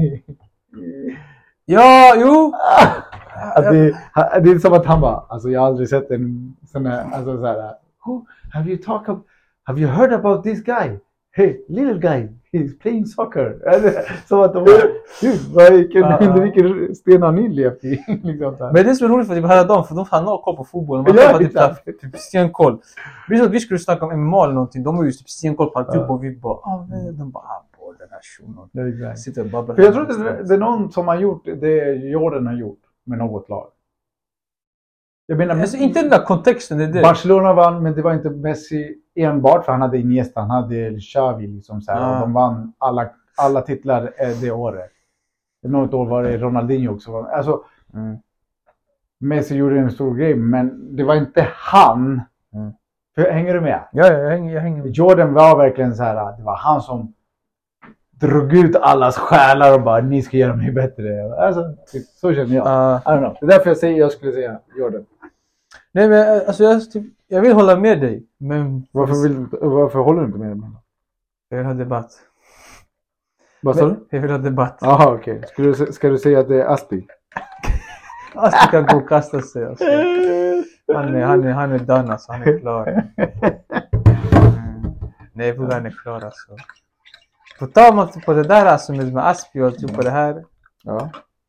Ja, jo. Det är som att han bara, alltså jag har aldrig sett en sån här, alltså så här, have you heard about this guy? Hey, little guy, he's playing soccer. Så att de bara, vilken sten har ni levt i? Liksom men det är så roligt för att hade dem, för de har noll koll på fotboll. Man har typ stenkoll. Det är så att vi skulle snacka om MMA eller någonting, de har ju typ stenkoll på allt och vi bara, de bara, den här shunon. Sitter och babblar. För jag tror att det är någon som har gjort det Jordan har gjort med något lag. Jag menar, alltså, inte den där kontexten, det är det. Barcelona vann, men det var inte Messi enbart, för han hade Iniesta, han hade Xavi liksom så här, och de vann alla titlar det året. Något år var det Ronaldinho också. Alltså, Messi gjorde en stor grej, men det var inte han. Hänger du med? Ja, jag hänger med. Jordan var verkligen så här, det var han som drog ut allas själar och bara, ni ska göra mig bättre. Alltså, så känner jag. I don't know. Det är därför jag skulle säga Jordan. Nej, men alltså jag vill hålla med dig. Men varför håller du inte med mig? Jag vill ha debatt. Vad sa du? Vi vill ha debatt. Jaha, okej. Ska du säga att det är Aspi? Aspi kan gå och kasta sig. Alltså. Han är done alltså. Han är klar. Nej, han är klar alltså. På tal om på det där alltså med Aspi och typ på det här. Ja.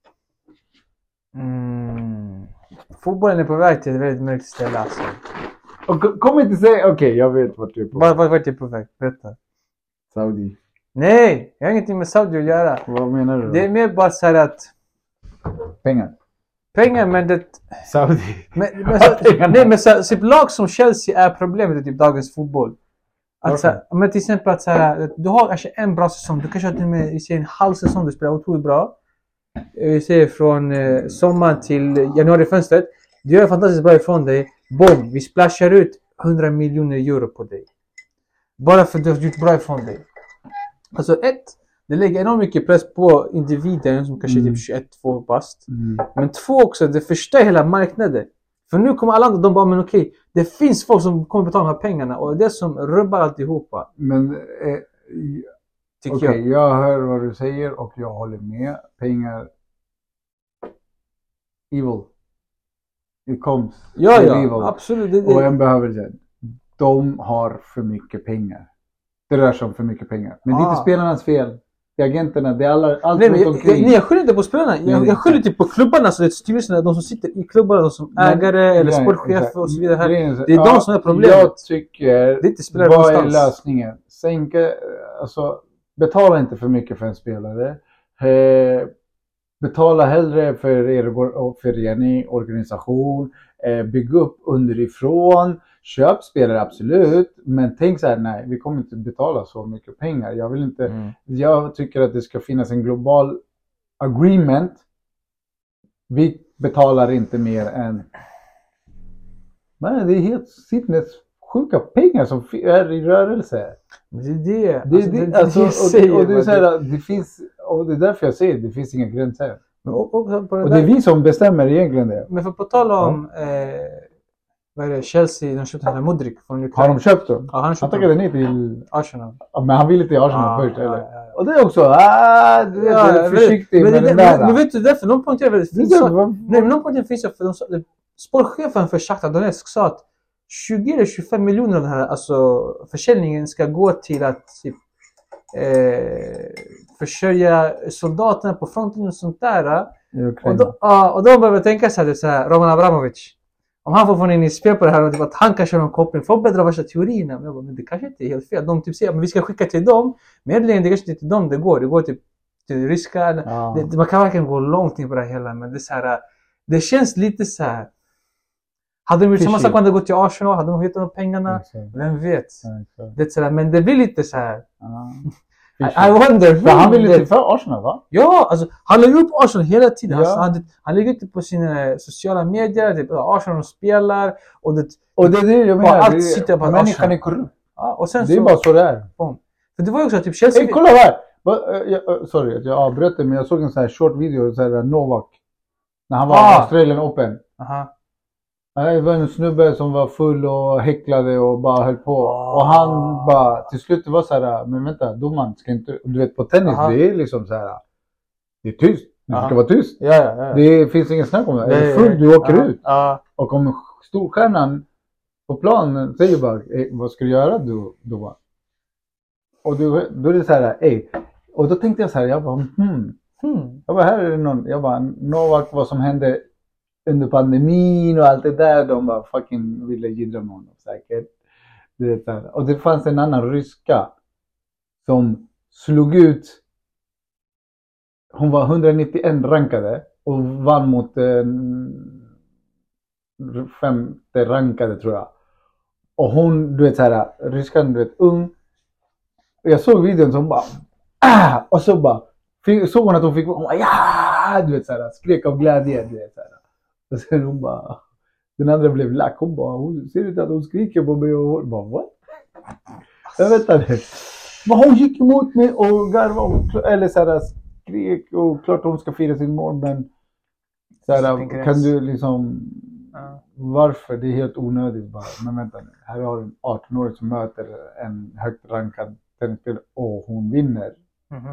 Fotbollen är på väg till ett väldigt mörkt ställe alltså. Och kom inte säga, okej, jag vet vart du är på. Vart är du på väg? Berätta. Saudi. Nej, jag har ingenting med Saudi att göra. Vad menar du då? Det är mer bara så här att pengar men det Saudi. men så lag som Chelsea är problemet i typ dagens fotboll. Alltså, men till exempel att så här, du har kanske en bra säsong, du kanske har till och med en halv säsong du spelar otroligt bra. Vi ser från sommaren till januari-fönstret. Du gör fantastiskt bra ifrån dig. Boom, vi splashar ut 100 miljoner euro på dig. Bara för att du har gjort bra ifrån dig. Alltså det lägger enormt mycket press på individen som kanske är typ 21-2 bast. Men 2 också, det förstör hela marknaden. För nu kommer alla andra, de bara, men okej, det finns folk som kommer betala de här pengarna och det är det som rubbar alltihopa. Men okej, jag hör vad du säger och jag håller med. Pengar, evil. It comes. Ja, absolut. Och en behöver det. De har för mycket pengar. Det rör sig om för mycket pengar. Men det är inte spelarnas fel. Det är agenterna, det är allt runt omkring. Jag skyller inte på spelarna. Jag skyller typ på klubbarna, så det är styrelserna, de som sitter i klubbarna, de som ägare eller sportchef och så vidare. Det är de som är problemet. Jag tycker, vad är lösningen? Sänka, alltså, betala inte för mycket för en spelare. Betala hellre för er förening, organisation. Bygg upp underifrån. Köp spelare absolut, men tänk så här, nej, vi kommer inte betala så mycket pengar. Jag vill inte, jag tycker att det ska finnas en global agreement. Vi betalar inte mer än, men det är helt sinnessjuka pengar som är i rörelse. Det är det finns, och det är därför jag säger det finns inga gränser. Och det är vi som bestämmer egentligen det. Men för på tal om vad är det? Chelsea, de köpte den här Mudryk från Ukraina. Har de köpt dem? Ja, han tackade nej till Arsenal. Ja, men han ville till Arsenal först, eller? Ja. Och det är också, du är försiktig med den där. Men vet du, därför någon punkt är väldigt fint så. Nej, men någon punkt finns för sportchefen för Shakhtar Donetsk sa att 20 eller 25 miljoner av den här alltså, försäljningen ska gå till att typ, försörja soldaterna på fronten och sånt där. Och då börjar tänka så här, Roman Abramovich. Om han får få in i spel på det här och typ att han kanske har någon koppling. Folk bäddrar värsta teorierna. Men det kanske inte är helt fel. De typ säger att vi ska skicka till dem. Men det kanske inte till dem det går. Det går till ryska. Man kan verkligen gå långt in på det hela. Men det är så här, det känns lite så här. Hade de gjort samma sak när de gått till Arsenal? Hade de hittat de pengarna? Vem vet? Det är så här, men det blir lite så här. I wonder. För han ville till för Arsenal, va? Ja, alltså han lägger upp Arsenal hela tiden. Ja. Han lägger upp på sina sociala medier, typ Arsenal spelar och det jag menar, allt sitter på människan är korrupt. Ja, och sen det är bara så det är. För det var ju också typ Chelsea. Kolla här. Sorry att jag avbröt det, men jag såg en sån här short video så här Novak när han var i Australian Open. Det var en snubbe som var full och häcklade och bara höll på. Och han bara, till slut det var så här, men vänta, domaren ska inte, du vet på tennis, det är liksom så här, det är tyst, det ska vara tyst. Det finns ingen snack om det. Är du full, du åker ut. Och om storstjärnan på planen säger bara, vad ska du göra du domaren? Och då är det så här, och då tänkte jag så här, jag bara, jag bara, här är det någon, jag bara, Novak, vad som hände under pandemin och allt det där, de bara fucking ville gidra med honom säkert. Det där. Och det fanns en annan ryska som slog ut, hon var 191 rankade och vann mot 5:e rankade tror jag. Och hon, du vet såhär, ryskan, du vet, ung. Och jag såg videon som bara, och så bara, såg hon att hon fick, hon bara, ja, du vet såhär, skrek av glädje, du vet såhär. Och sen hon bara, den andra blev lack, hon bara, hon ser ut att hon skriker på mig och hon bara, what? Jag vet inte. Men hon gick emot mig och garvade, eller såhär skrek och klart hon ska fira sin mål, men såhär, kan du liksom, varför? Det är helt onödigt bara. Men vänta nu, här har en 18-årig som möter en högt rankad tennisspelare och hon vinner.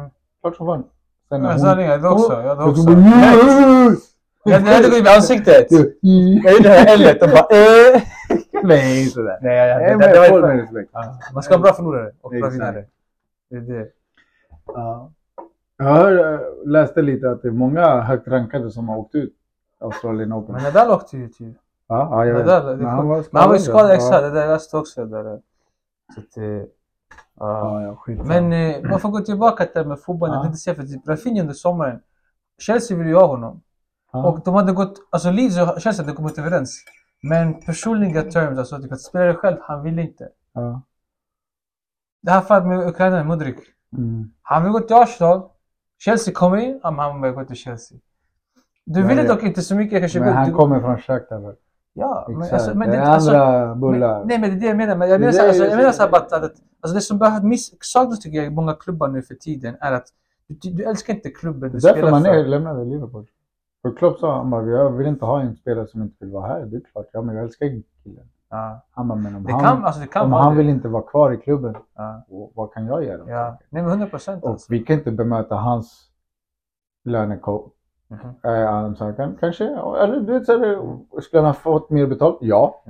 Klart som fan. Sen Jag sa det också. Jag hade också. Jag hade gått i ansiktet. Jag gjorde det här helget och bara Nej, sådär. Nej, det var full med respekt. Man ska ha bra förlorare och bra vinnare. Det är det. Ja. Jag läste lite att det är många högt rankade som har åkt ut Australian Open. Men Nadal åkte ju typ. Ja, jag vet. Men han var ju skadad exakt. Det där läste också där. Så att skit. Men man får gå tillbaka till med fotbollen. Jag tänkte säga för typ Rafinha under sommaren. Chelsea ville ju ha honom. Och de hade gått, alltså Leeds och Chelsea hade kommit överens. Men personliga terms, alltså typ att spelare själv, han ville inte. Det här fallet med Ukraina, Mudryk. Han vill gå till Arsenal. Chelsea kommer in, han vill gå till Chelsea. Du ville dock inte så mycket kanske. Men han kommer från Shakhtar. Ja, men det är andra bullar. Nej, men det är det jag menar. Men jag menar så här att alltså det som saknas tycker jag i många klubbar nu för tiden är att du älskar inte klubben du spelar för. Därför man lämnade Liverpool. För Klopp sa han bara, jag vill inte ha en spelare som inte vill vara här. Det är klart, ja, men jag älskar killen. Han bara, men om han vill inte vara kvar i klubben, vad kan jag göra? Ja, nej men 100%. Och vi kan inte bemöta hans lönekod. Han sa, kanske, eller du vet, skulle han ha fått mer betalt? Ja.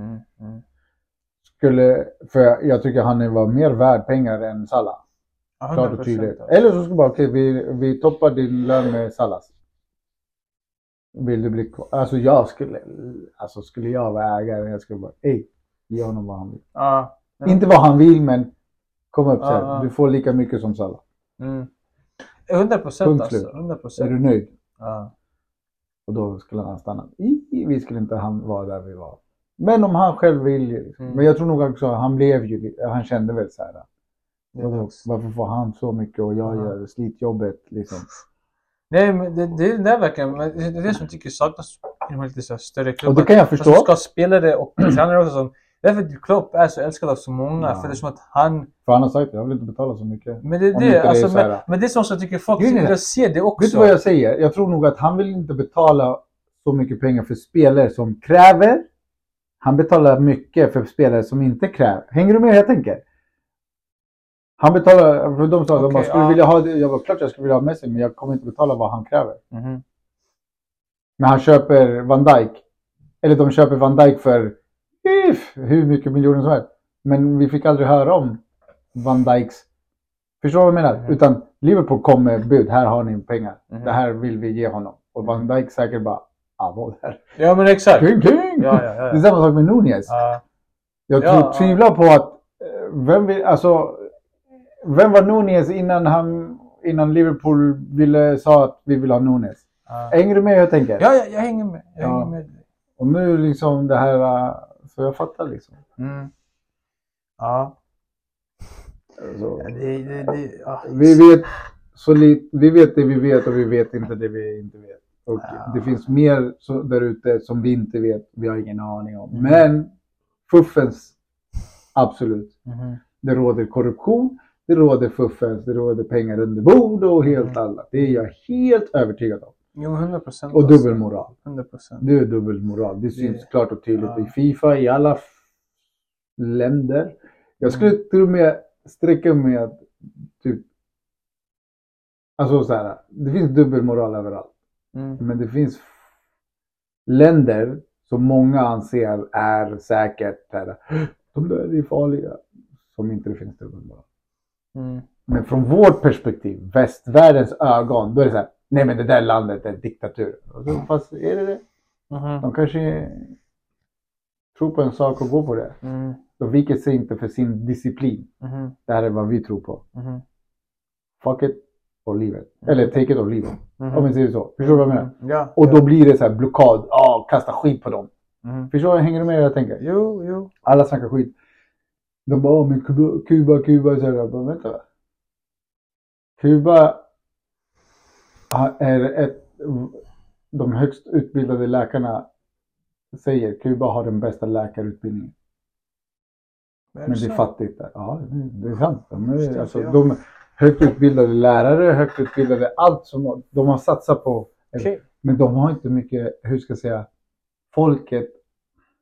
För jag tycker han var mer värd pengar än Salah. Klart och tydligt. Eller så skulle bara, vi toppar din lön med Salahs. Vill du bli kvar? Alltså skulle jag vara ägare, jag skulle bara, ge honom vad han vill. Inte vad han vill, men kom upp så här. Du får lika mycket som Salah. 100% alltså. 100%. Är du nöjd? Och då skulle han stanna. Vi skulle inte vara där vi var. Men om han själv vill liksom. Men jag tror nog också han kände väl så här. Varför får han så mycket och jag gör slitjobbet liksom. Nej, men det är verkligen det är det som tycker saknas i de lite så större klubbar. Och det kan jag förstå. Som ska spelare och tränare också som därför att Klopp är så älskad av så många för det är som att han har sagt det, jag vill inte betala så mycket. Men det är det alltså men det är som så tycker folk vill se det också. Vet du vad jag säger? Jag tror nog att han vill inte betala så mycket pengar för spelare som kräver. Han betalar mycket för spelare som inte kräver. Hänger du med hur jag tänker? Han betalar, för de sa de bara, skulle vilja ha det. Jag var klart jag skulle vilja ha Messi, men jag kommer inte betala vad han kräver. Men han köper Van Dijk. Eller de köper Van Dijk för hur mycket miljoner som helst. Men vi fick aldrig höra om Van Dijks. Förstår du vad jag menar? Utan Liverpool kom med bud, här har ni pengar. Det här vill vi ge honom. Och Van Dijk säkert bara, vad där. Ja men exakt. King. Ja. Det är samma sak med Nunez. Jag tvivlar på att vem var Nunez innan Liverpool sa att vi vill ha Nunez? Hänger du med hur jag tänker? Ja, jag hänger med. Jag hänger med. Och nu liksom det här, så jag fattar liksom. Ja. Så. Vi vet det vi vet och vi vet inte det vi inte vet. Och det finns mer där ute som vi inte vet, vi har ingen aning om. Men fuffens, absolut. Det råder korruption, det råder fuffens, det råder pengar under bord och helt annat. Det är jag helt övertygad om. Jo, 100%. Och dubbelmoral. 100%. Det är dubbelmoral. Det syns klart och tydligt i FIFA, i alla länder. Jag skulle till och med sträcka med att typ, alltså så här, det finns dubbelmoral överallt. Men det finns länder som många anser är säkert här, de där är farliga, som inte det finns dubbelmoral. Men från vårt perspektiv, västvärldens ögon, då är det så här, nej men det där landet är en diktatur. Fast är det? De kanske tror på en sak och går på det. De viker sig inte för sin disciplin. Det här är vad vi tror på. Fuck it or leave it. Eller take it or leave it. Om man säger så. Förstår du vad jag menar? Och då blir det så här blockad. Kasta skit på dem. Förstår du? Hänger du med jag tänker? Jo. Alla snackar skit. De bara, men Kuba. Så jag bara, vänta. Kuba är de högst utbildade läkarna säger Kuba har den bästa läkarutbildningen. Men det är fattigt där. Ja, det är sant. De högt utbildade lärare, högt utbildade allt som de har satsat på. Okay. Men de har inte mycket, hur ska jag säga, folket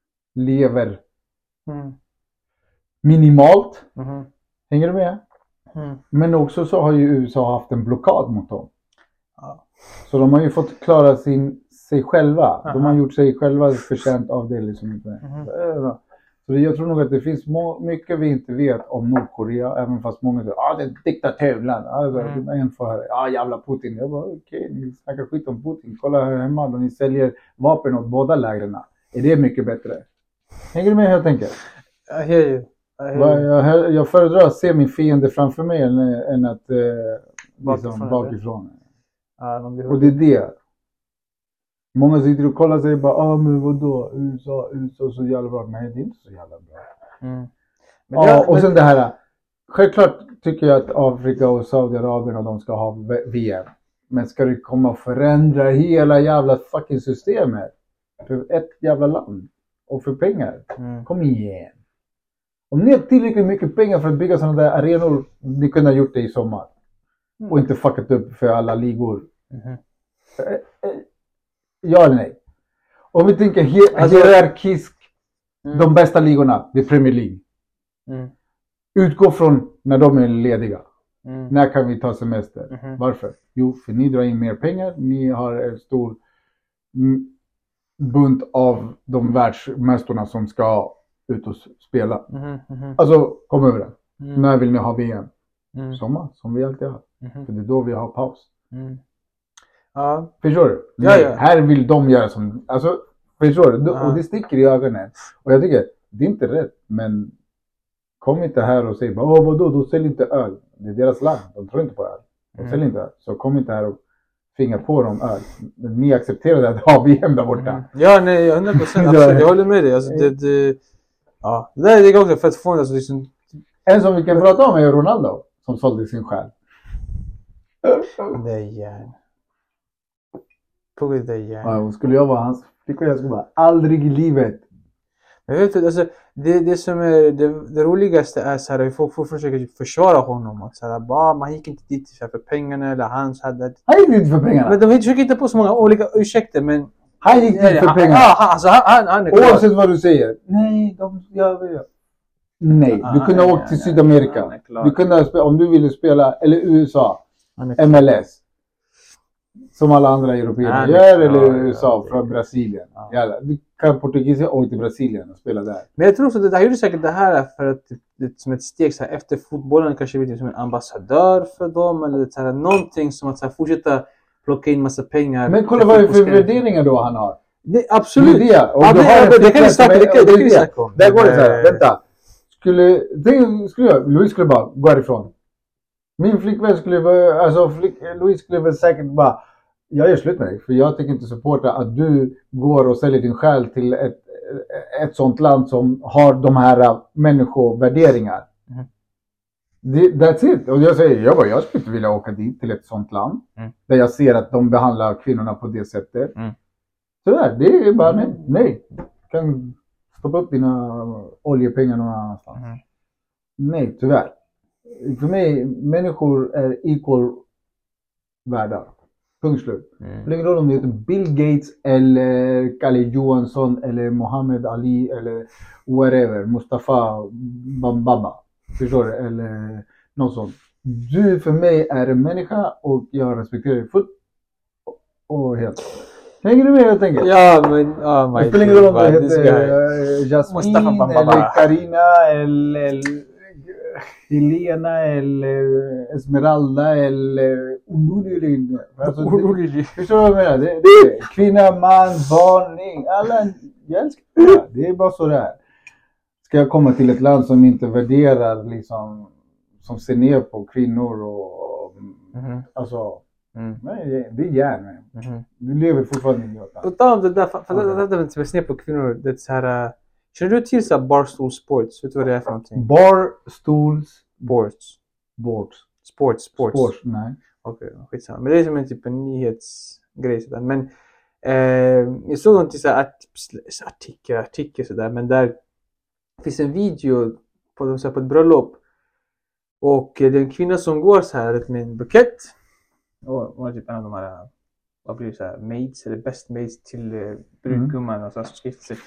lever minimalt. Hänger du med? Men också så har ju USA haft en blockad mot dem. Ja. Så de har ju fått klara sig själva. De har gjort sig själva förtjänt av det liksom. Så jag tror nog att det finns mycket vi inte vet om Nordkorea. Även fast många säger det är ett diktaturland. En får jävla Putin. Jag bara okej, ni snackar skit om Putin. Kolla här hemma då ni säljer vapen åt båda lägren. Är det mycket bättre? Hänger du med hur jag tänker? Jag föredrar att se min fiende framför mig än att bakifrån. Och det är det. Många sitter och kollar sig och bara, men vadå? USA så jävla bra. Nej, det är inte så jävla bra. Och sen det här. Självklart tycker jag att Afrika och Saudiarabien och de ska ha VM. Men ska det komma och förändra hela jävla fucking systemet? För ett jävla land. Och för pengar. Kom igen. Om ni har tillräckligt mycket pengar för att bygga sådana där arenor, ni kunde ha gjort det i sommar. Och inte fuckat upp för alla ligor. Ja eller nej? Om vi tänker hierarkiskt, de bästa ligorna, det är Premier League. Utgå från när de är lediga. När kan vi ta semester? Varför? Jo, för ni drar in mer pengar. Ni har en stor bunt av de världsmästarna som ska ut och spela. Alltså, kom över det. När vill ni ha VM? Sommar, som vi alltid har. För det är då vi har paus. Förstår du? Nej, här vill de göra som... Alltså, förstår du? Och det sticker i ögonen. Och jag tycker, det är inte rätt. Men kom inte här och säg bara, vadå? De säljer inte öl. Det är deras land. De tror inte på öl. De säljer inte öl. Så kom inte här och finga på dem öl. Ni accepterar att ha VM där borta. Ja, nej, 100%. Absolut. Jag håller med dig. Alltså, det där är också för att få alltså, liksom... En som vi kan prata om är Ronaldo. Som sålde sin själ. Nej, igen. Skulle jag vara hans flicka, jag skulle bara aldrig i livet. Jag vet inte, alltså det som är det roligaste är så här, folk försöker försvara honom och så här, man gick inte dit för pengarna eller han hade. Han gick inte för pengarna. Men de försöker inte på så många olika ursäkter, men han gick inte för pengarna. Alltså han är klar. Oavsett vad du säger. Nej, Nej, du kunde ha åkt till Sydamerika. Du kunde om du ville spela eller USA, MLS. Som alla andra européer gör, eller USA från Brasilien. Du kan portugisiska åka till Brasilien och spela där. Men jag tror också att det här gjorde säkert det här för att det som ett steg så här, efter fotbollen kanske blir som en ambassadör för dem eller så här, någonting som att så här, fortsätta plocka in massa pengar. Men kolla vad det är för värderingar då han har. Absolut. Det kan vi snacka om. Där går det så här, vänta. Louise skulle bara gå härifrån. Min flickvän skulle Louise skulle väl säkert bara, jag gör slut med dig. För jag tänker inte supporta att du går och säljer din själ till ett sånt land som har de här människovärderingar. That's it. Och jag säger, jag skulle inte vilja åka dit till ett sånt land. Där jag ser att de behandlar kvinnorna på det sättet. Så där, det är bara nej. Kan stoppa upp dina oljepengar någon annanstans. Nej, tyvärr. För mig, människor är equal värda. Punkt slut. Det ingen roll om det heter Bill Gates eller Kalle Johansson eller Mohammed Ali eller whatever. Mustafa Bambaba. Förstår du? Eller något sånt. Du för mig är en människa och jag respekterar dig fullt och helt. Hänger du med jag tänker? Ja, men... det spelar ingen roll om det heter Jasmine eller Karina eller... Helena eller Esmeralda eller Ululin. Förstår du vad jag menar? Det är kvinna, man, barn, alla. Jag älskar det. Det är bara så där. Ska jag komma till ett land som inte värderar liksom, som ser ner på kvinnor och alltså nej, det är gärna. Du lever fortfarande i Göta. Och ta om det där, för det inte ser ner på kvinnor, det är så här. Känner du till så här Barstool Sports? Vet du vad det är för någonting? Barstools Sports. Nej. Okej, skitsamma. Men det är som en typ en nyhetsgrej sådär. Men jag såg någonting så här artikel sådär. Men där finns en video på ett bröllop. Och det är en kvinna som går så här med en bukett. Och hon är typ en av de här, vad blir det så här, maids eller best maids till brudgumman och så här som ska gifta sig.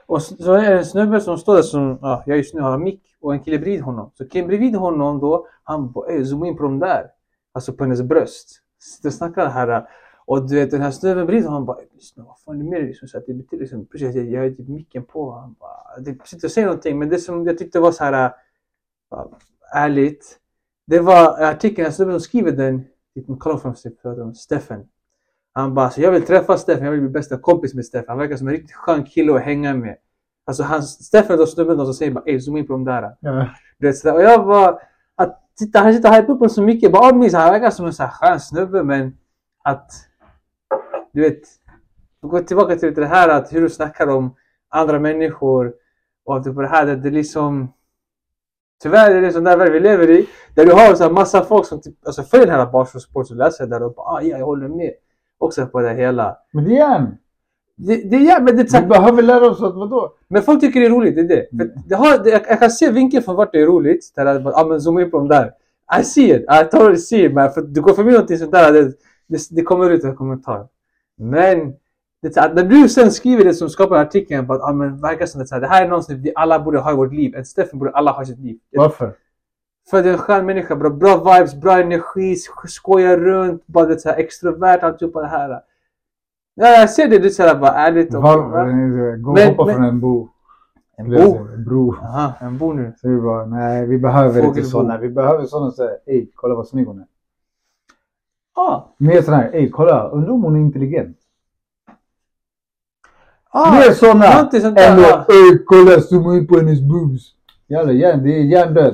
Och så är det en snubbe som står där som, ja, jag just nu har mick och en kille bredvid honom. Så killen bredvid honom då, han bara, zooma in på dem där. Alltså på hennes bröst. Sitter och snackar här. Och du vet den här snubben bredvid honom, han bara, lyssna, vad fan är det med dig? Så att det betyder liksom, precis, jag har typ micken på. Han bara, det sitter och säger någonting. Men det som jag tyckte var så här ärligt. Det var artikeln, den snubben som skriver den. Kolla fram sig för Stefan. Han bara, så jag vill träffa Stefan, jag vill bli bästa kompis med Stefan. Han verkar som en riktigt skön kille att hänga med. Alltså Stefan och snubben då som säger bara, zooma in på dem där. Ja. Och jag bara, han sitter och hypar upp honom så mycket. Bara, han verkar som en så här skön snubbe, men att, du vet, gå tillbaka till det här att hur du snackar om andra människor. Och att det här, det är liksom, tyvärr är det sån där värld vi lever i. Där du har så här massa folk som typ, alltså följer den här Barstool Sports och läser där och bara, ja, jag håller med. Också på det hela. Men det är en. Men det vi behöver lära oss att vadå? Men folk tycker det är roligt, det är det. För jag kan se vinkeln från vart det är roligt. Där men zooma in på dem där. I see it, I totally see it. Men för du går förbi någonting sånt där, det kommer ut en kommentar. Men när du sen skriver det som skapar artikeln på att men verkar som det här är någonting vi alla borde ha i vårt liv. En Stefan borde alla ha i sitt liv. Varför? För det är en skön människa, bra vibes, bra energi, skojar runt, bara det så här extrovert, allt på det här. Ja, jag ser det, du säger bara ärligt och... Gå och hoppa från en bo. En bo? Bro. Aha, en bo nu. Så vi bara, nej vi behöver inte sådana. Vi behöver sådana som säger, kolla vad snygg hon är. Mer sådana här, kolla, undrar om hon är intelligent. Mer sådana. Eller, kolla, zooma in på hennes boobs. Jävlar, det är hjärndött.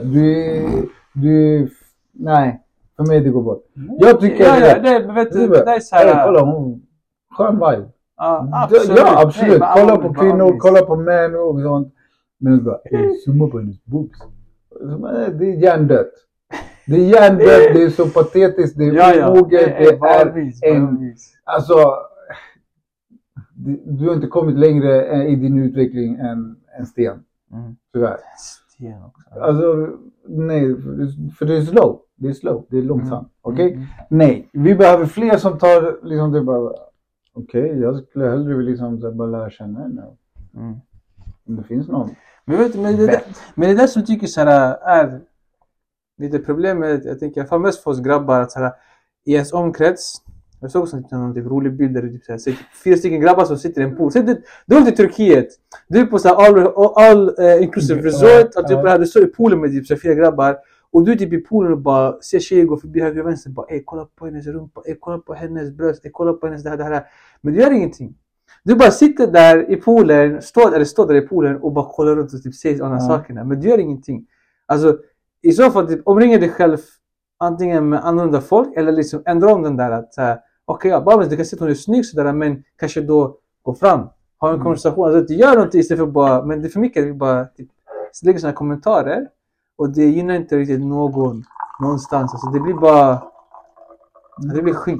Nej, för mig det går bort. Jag tycker det är så här. Kolla, hon skön vibe. Absolut. Ja, absolut. Kolla på kvinnor, kolla på män och sånt. Men bara, zooma på hennes boobs. Det är hjärndött. Det är hjärndött, det är så patetiskt, det är omoget, det är en... Alltså, du har inte kommit längre i din utveckling än en sten. Tyvärr. Sten också. Alltså, nej, för det är slow. Det är slow, det är långsamt. Okej? Nej, vi behöver fler som tar liksom det bara... Okej, jag skulle hellre liksom bara lära känna henne. Om det finns någon. Men vet du, men det där som tycker så här är lite problemet. Jag tänker jag får mest för oss grabbar att så här, i ens omkrets. Jag såg också någon typ rolig bild där det typ så här, 4 stycken grabbar som sitter i en pool. Du är till Turkiet. Du är på så här all inclusive resort. Och typ här, du står i poolen med typ så här 4 grabbar. Och du är typ i poolen och bara ser tjejer gå förbi höger och vänster. Bara, kolla på hennes rumpa. Kolla på hennes bröst. Kolla på hennes det här. Men du gör ingenting. Du bara sitter där i poolen. Står där i poolen och bara kollar runt och typ ser de här sakerna. Men du gör ingenting. Alltså, i så fall typ omringa dig själv antingen med annorlunda folk. Eller liksom ändra om den där att okej, bara du kan se att hon är snygg sådär. Men kanske då gå fram. Ha en konversation. Alltså att du gör någonting istället för bara. Men det är för mycket. Vi bara typ, lägger sådana kommentarer. Och det gynnar inte riktigt någon någonstans. Alltså det blir bara... Det blir skit.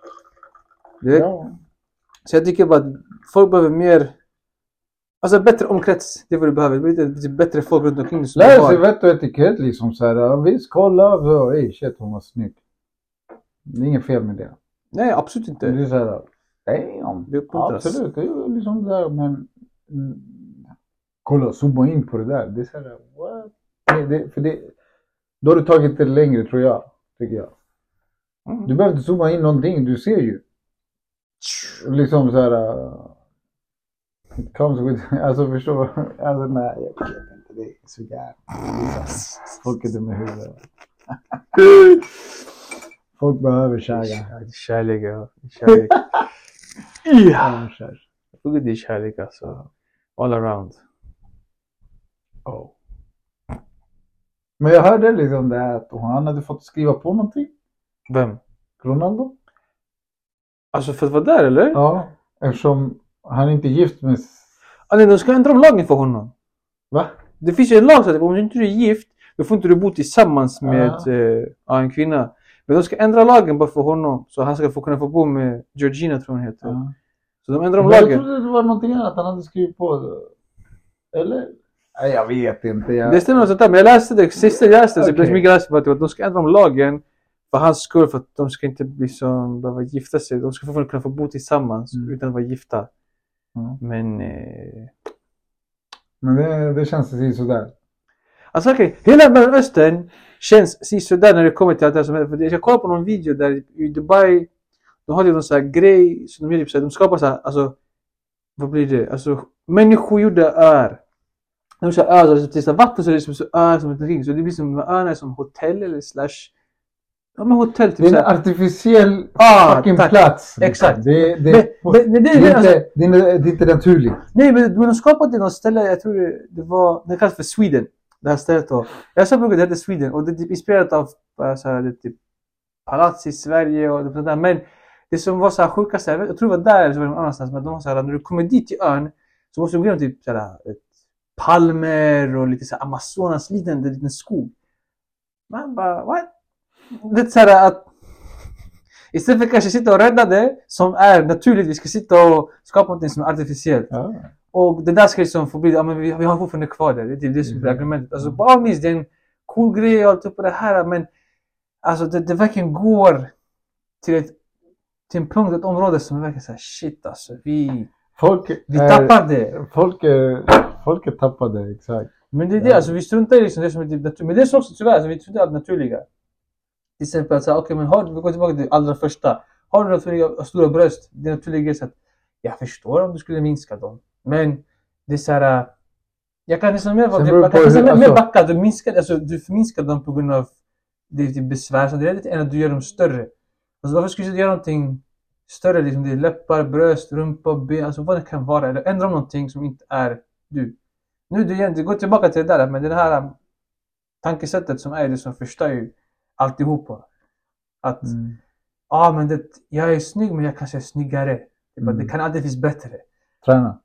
Så jag tycker bara att folk behöver mer... Alltså bättre omkrets. Det är vad du behöver. Det blir bättre folk runt omkring. Lär sig vett och etikett liksom så här. Visst, kolla. Shit, hon var snygg. Det är inget fel med det. Nej, absolut inte. Det är så här... Absolut. Det är liksom där. Men... Kolla, zooma in på det där. Det är så här... What? För det, då har du tagit det längre tror jag, tycker jag. Du behöver inte zooma in någonting, du ser ju. Liksom så här. It comes with, alltså förstår, alltså nej, jag vet inte, det är så jävla. Folk är dumma i huvudet. Folk behöver kärlek. Kärlek. Ja. Det är kärlek alltså. All around. Men jag hörde liksom det att han hade fått skriva på någonting. Vem? Ronaldo. Alltså för att vara där eller? Ja, eftersom han inte är gift med... Nej, de ska ändra om lagen för honom. Va? Det finns ju en lag så att om du inte är gift, då får inte du bo tillsammans med en kvinna. Men de ska ändra lagen bara för honom. Så han ska kunna få bo med Georgina tror hon heter. Så de ändrar om lagen. Jag trodde det var någonting annat han hade skrivit på. Eller? Nej, jag vet inte. Det stämmer något sånt där. Men jag läste det. Sista jag läste så blev mycket läst på att de ska ändra om lagen. För hans skull. För att de ska inte bli som behöva gifta sig. De ska kunna få bo tillsammans utan att vara gifta. Men Men det känns sådär. Alltså okej, hela Mellanöstern känns sådär när det kommer till allt det här. För jag kollade på någon video där i Dubai, de hade någon sån här grej som de gör typ såhär, de skapar såhär, alltså vad blir det? Alltså människogjorda öar. De kör öar, så det är vatten så det är som öar som ett ring. Så det blir som öarna är som hotell eller slash. Ja men hotell typ. Det är en artificiell fucking plats. Exakt. Det är inte naturligt. Nej men de skapade någon ställe, jag tror det kallas för Sweden. Det här stället då. Jag sa att det heter Sweden och det är typ inspirerat av så här, det typ palats i Sverige och det där. Men det som var så här sjuka, så här, jag tror det var där eller så var det någon annanstans, men de var så här, när du kommer dit till ön så måste du gå igenom typ så här, palmer och lite så här Amazonas liten skog. Man bara, what? Det är så här att istället för kanske sitta och rädda det som är naturligt, vi ska sitta och skapa något som är artificiellt. Ja. Och det där ska liksom få bli, ja men vi har fortfarande kvar det. Det är det som är argumentet. Alltså bara minst det är en cool grej och allt på det här, men alltså det verkligen går till en punkt, ett område som verkar såhär shit alltså, vi tappar det. Folket tappar det, exakt. Men det är det, alltså vi struntar i liksom det som är typ naturligt. Men det är också tyvärr, alltså, vi struntar i allt naturliga. Till exempel att säga, okej men vi går tillbaka till det allra första. Har du naturliga stora bröst, det är naturliga så att jag förstår om du skulle minska dem. Men det är såhär, jag kan liksom mer backa, du förminskar dem på grund av det besvär som det är än att du gör dem större. Alltså varför skulle du göra någonting större, liksom det är läppar, bröst, rumpa, ben, alltså vad det kan vara, eller ändra någonting som inte är du. Nu det går tillbaka till det där, men det här tankesättet som är det som förstör ju alltihopa. Att, men jag är snygg men jag kanske är snyggare. Det kan alltid finnas bättre. Träna.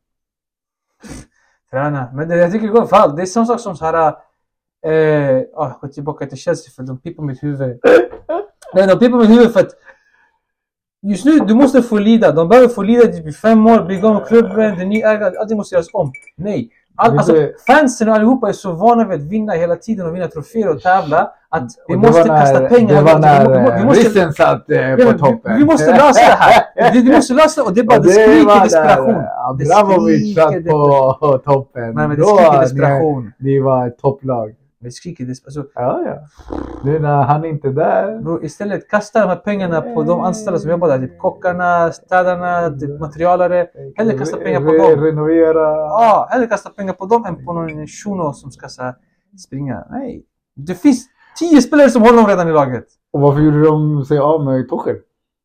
Men jag tycker det går fall. Det är samma sak som så här. Gå tillbaka till Chelsea för de pipar mitt huvud. Nej, de pipar mitt huvud för att just nu du måste få lida. De behöver få lida typ i 5 år, bli igång med klubben, det nya ägare, allting måste göras om. Nej. Alltså fansen och allihopa är så vana vid att vinna hela tiden och vinna troféer och tävla att vi måste kasta pengar. Det var när Rissen satt på toppen. Vi måste lösa det här. Vi måste lösa det och det är bara det skriker desperation. Abramovic satt på toppen. Nej men det skriker desperation. Ni var ett topplag. Det skriker desperation. Ja. Nu när han inte är där. Bro, istället kasta de här pengarna på de anställda som jobbar där. Typ kockarna, städarna, typ materialare. Hellre kasta pengar på dem. Renovera. Hellre kasta pengar på dem än på någon shuno som ska så här, springa. Nej. Det finns 10 spelare som håller dem redan i laget. Och varför gjorde de sig av med Tuchel?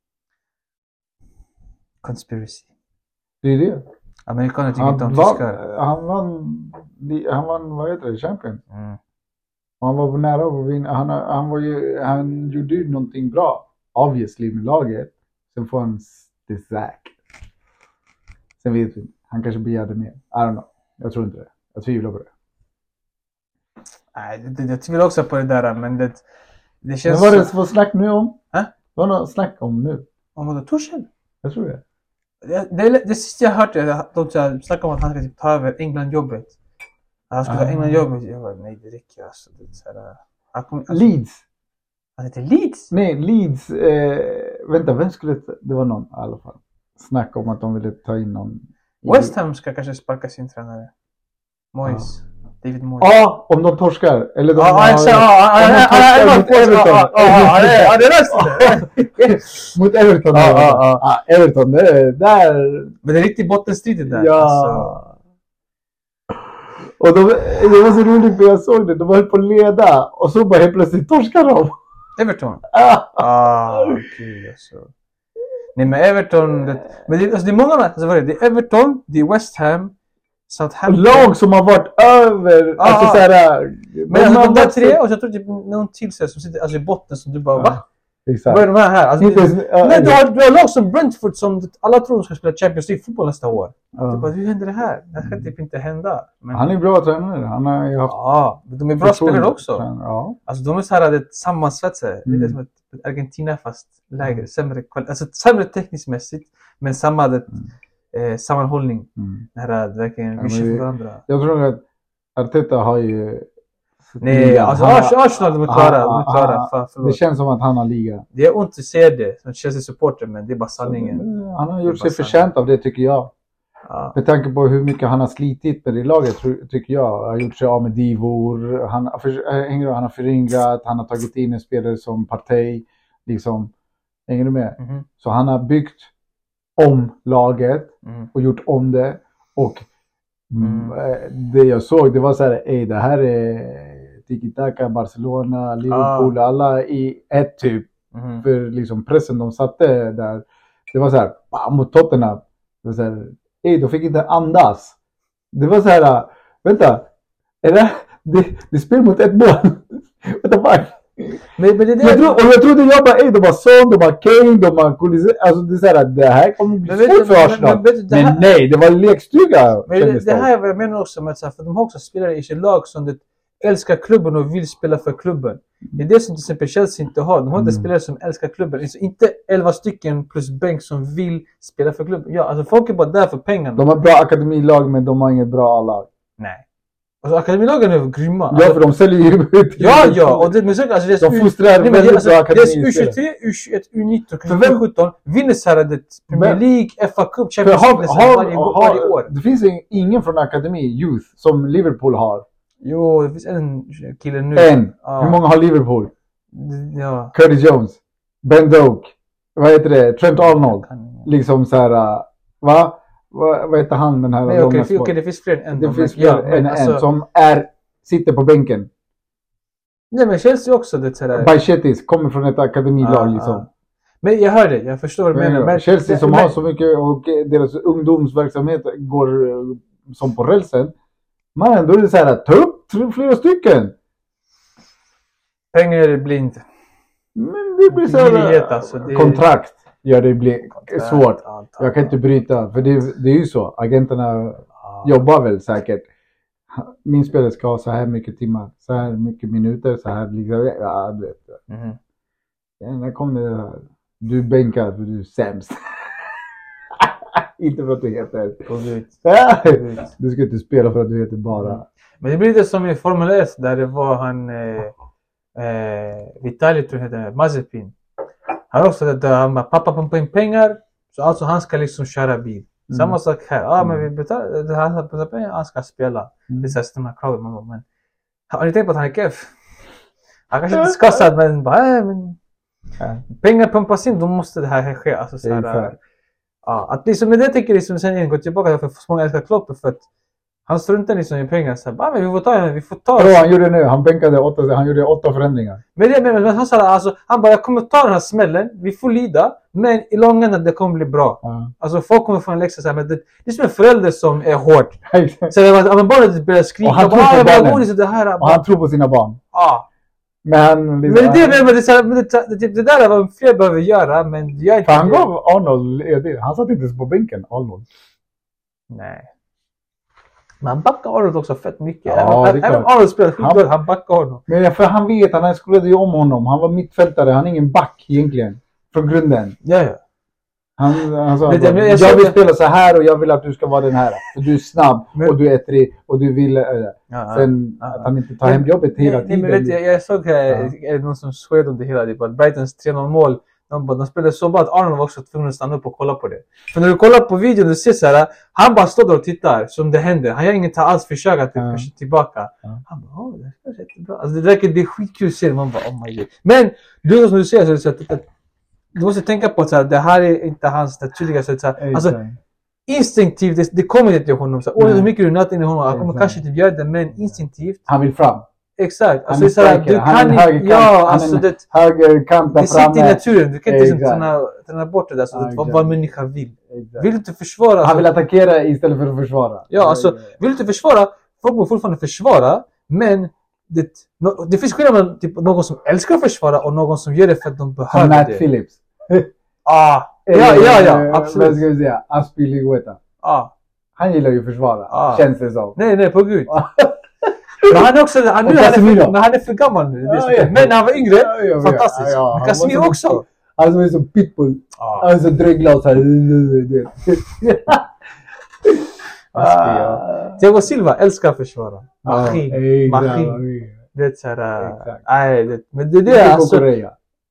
Conspiracy. Det är det. Amerikaner tycker inte om tyskar. Han vann vad heter det? Champions. Han var nära att vinna. Han gjorde ju någonting bra. Obviously med laget. Sen får han Zack. Sen vet vi. Han kanske begärde mer. I don't know. Jag tror inte det. Jag tvivlar på det. Nej, jag tvivlar också på det där. Men det känns... Men vad är det för snack nu om? Vad är det snack om nu? Om vad Tuchel? Jag tror det. Det sista jag hört är att de snackar om att han ska typ ta över England-jobbet. Han ska ta England-jobbet. Jag bara, nej det räcker alltså. Det är så här, Leeds. Han heter Leeds? Nej, Leeds. Vänta, vem skulle det var någon i alla fall. Snack om att de ville ta in någon. West Ham ska kanske sparka sin tränare. Moyes. David Moyes. Ja, om de torskar. Eller de mot Everton. Everton, där. Men det är riktigt bottenstridigt där. Ja. Alltså. Och det var så roligt för jag såg det. De var helt på leda. Och så bara helt plötsligt torskar de. Everton? Okej alltså. Nej men Everton. Men det är många alltså, det är Everton, det är West Ham. Lag som har varit över. Alltså såhär. Men alltså, de där 3 och jag tror typ någon till sig som sitter alltså, i botten som du bara va? Exakt. Vad är de här? Alltså, men du har lag som Brentford som alla tror de ska spela Champions League fotboll nästa år. Bara, hur händer det här? Det ska typ inte hända. Men... Han är bra tränare. Han har ju haft... de är bra spelare också. Ja. Alltså de är så här ett sammansvetsare. Det är som ett Argentina fast lägre. Sämre tekniskt mässigt. Men sammanhållning. Det här verkligen vi kör varandra. Jag tror att Arteta har ju... Nej, alltså Arsenal de är klara. Det känns som att han har liga. Det är ont att se det som Chelsea-supporter, men det är bara sanningen. Han har gjort sig förtjänt av det tycker jag. Med tanke på hur mycket han har slitit med det i laget, tycker jag. Han har gjort sig av med divor. Han har föryngrat. Han har tagit in en spelare som Partey. Liksom, hänger du med? Så han har byggt om laget och gjort om det. Och det jag såg, det var så här, det här är Tiki-Taka, Barcelona, Liverpool, alla i ett typ. För liksom pressen de satte där, det var så här, mot Tottenham. Det var så här, de fick inte andas. Det var så här, vänta, är det spel mot ett mål? What the fuck? Men det jag trodde de var Son, de var Kane, de var Kulisevski. Alltså det är så här, det här kommer bli svårt för Arsenal. Men nej, det var lekstuga. Men det här är vad jag menar också med att för de har också spelare i sin lag som det älskar klubben och vill spela för klubben. Det är det som till exempel Chelsea inte har. De har inte spelare som älskar klubben. Alltså inte 11 stycken plus bänk som vill spela för klubben. Ja, alltså folk är bara där för pengarna. De har bra akademilag men de har inget bra A-lag. Nej. Alltså akademilagen är grymma. Ja, alltså, för de säljer ju ut. Ja. Och det, men så, alltså, de fostrar väldigt bra akademispelare. U23, U21, U19, U17 vinner så här det Premier League, FA Cup, Champions League varje år. Det finns ingen från akademi, youth, som Liverpool har. Jo, det finns en kille nu. Hur många har Liverpool? Ja. Curtis Jones, Ben Doak, vad heter det? Trent Arnold. Liksom så här, vad heter han den här? Nej, okej, det finns fler än en. Det finns fler än en som sitter på bänken. Nej, men Chelsea också det sådär. Bajsetis kommer från ett akademilag liksom. Men jag hör det, jag förstår vad du menar. Men Chelsea som har så mycket och deras ungdomsverksamhet går som på rälsen. Man, då är det så här, ta upp flera stycken. Pengar är blind. Men det blir så här, alltså, kontrakt gör det bli svårt. Jag kan inte bryta, för det är ju så. Agenterna jobbar väl säkert. Min spelare ska ha så här mycket timmar, så här mycket minuter, så här liksom, ja, du vet. Ja, när kom det här? Du bänkar, för du är sämst. Inte för att du heter. Du ska inte spela för att du heter bara. Men det blir det som i Formel 1 där det var han Vitali tror jag heter, Mazepin. Han också han bara, pappa pumpar in pengar så alltså han ska liksom köra bil. Samma sak här. Men vi betalar han pumpar pengar, han ska spela. Det är så här de här kraven man bara, men har ni tänkt på att han är keff? Han kanske inte ska säga men bara pengar pumpas in, då måste det här ske alltså så här. Att liksom med det tycker liksom sen går tillbaka för så många älskar Klopp för att han struntar liksom i pengar så här, men vi får ta han gjorde nu, han bänkade 8 förändringar. Men det menar han sa alltså han bara jag kommer ta den här smällen, vi får lida, men i lången det kommer bli bra. Alltså folk kommer få en läxa så här, men det är som en förälder som är hård. Så det var barnet börjar skrika och han tror på barnen. Och han tror på sina barn. Men det där är vad fler behöver göra, men jag inte. Han gav Arnold, han satt inte på bänken, Arnold. Nej. Men han backar Arnold också fett mycket. Även Arnold spelar skitbra, han backar honom. Men för han vet att han skulle ju om honom. Han var mittfältare, han är ingen back egentligen. Från grunden. Ja. Han sa jag vill spela så här och jag vill att du ska vara den här. För du är snabb och du är ettrig och du vill sen att han inte tar hem jobbet hela tiden. Men vet jag såg någon som skrev om det hela tiden. Brightons 3-0 mål. De spelade så bra att Arnold var också tvungen att stanna upp och kolla på det. För när du kollar på videon du ser så här, han bara står där och tittar som det händer. Han gör inget alls försök att pusha tillbaka. Han bara, det är jättebra. Alltså det är skitkul att se. Man bara, oh my god. Men du som du säger så att du måste tänka på att det här är inte hans naturliga sätt. Alltså instinktivt, det kommer inte till honom. Hur mycket du nöter in i honom. Han kommer kanske inte göra det, men instinktivt. Han vill fram. Exakt. Alltså det är såhär, du kan inte, alltså det högerkant där framme. Det sitter i naturen, du kan inte träna bort det där så vad en människa vill. Vill du inte försvara? Han vill attackera istället för att försvara. Ja, alltså vill du inte försvara, folk får fortfarande försvara, men det finns skillnad mellan typ, någon som älskar att försvara och någon som gör det för att de behöver Matt det. Phillips. Ja, absolut. Vad ska vi säga? Aspilicueta. Han gillar ju att försvara, känns det som. Nej, på gud. Men han är också, han är för gammal nu. Men när han var yngre, fantastiskt. Men Casemiro också. Han är som pitbull. Han är så drägglas här. Thiago Silva älskar att försvara. Maskin. Det är såhär. Nej, men det är alltså.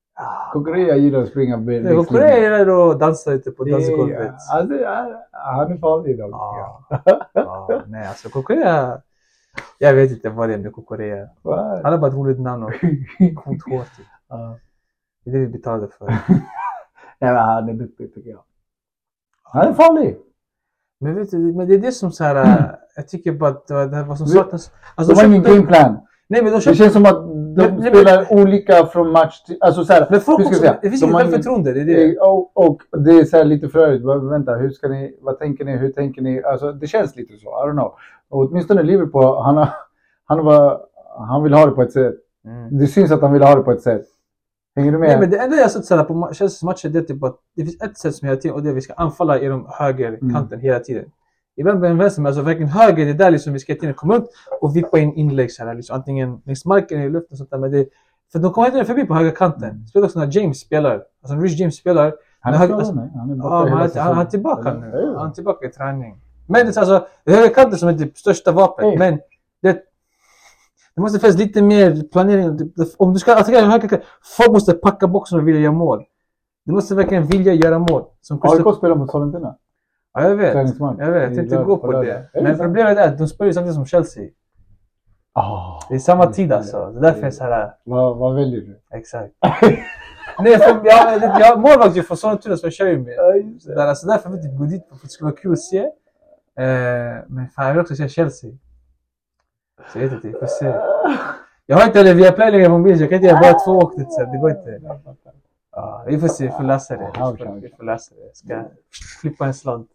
Korea gillar att springa med. Nej, Korea gillar att dansa ute på dansgolvet. Han är farlig idag. Nej, alltså Korea. Jag vet inte vad det är med Korea. Han har bara ett roligt namn och coolt hår typ. Det är det vi betalade för. Nej, men han är duktig tycker jag. Han är farlig. Men vet du, men det är det som så här. Jag tycker bara att det här var som saknas. Alltså, de har ingen gameplan. Nej, men det känns som att de spelar olika från match till... Alltså så här, men folk också, det finns inget förtroende, det är det. Och det är så här lite förödigt. Vänta, hur ska ni... Vad tänker ni? Hur tänker ni? Alltså det känns lite så. I don't know. Och åtminstone Liverpool, han vill ha det på ett sätt. Det syns att han vill ha det på ett sätt. Hänger du med? Nej, men det enda jag sett såhär på Chelsea-matcher, det är typ att det finns ett sätt som hela tiden, och det är att vi ska anfalla i de högerkanten hela tiden. Ibland på den vänster, men alltså verkligen höger, det är där liksom vi ska till komma runt och vippa in inlägg så här, liksom, antingen längs marken eller i luften och sånt där. Men det, för de kommer inte förbi på högerkanten. Spelar också när James spelar. Alltså när Rich James spelar. Han är tillbaka nu. Han är tillbaka i träning. Men det är alltså, högerkanten som är det största vapen. Men det måste finnas lite mer planering. Om du ska attackera högerkanten, folk måste packa boxen och vilja göra mål. Du måste verkligen vilja göra mål. AIK spelar mot Sollentuna. Ja, jag vet. Jag tänkte gå på det. Men problemet är att de spelar ju samtidigt som Chelsea. Det är samma tid alltså. Det är därför jag är så här. Vad väljer du? Exakt. Nej, för jag målvakt ju för sådana turer som jag kör ju med. Alltså därför vill jag gå dit för att det skulle vara kul att se. Men fan, jag vill också se Chelsea. Så jag vet inte, vi får se. Jag har inte heller via play längre på mobilen, jag kan inte göra bara 2 åktet så det går inte. Ja, vi får se, vi får läsa det. Jag ska flippa en slant.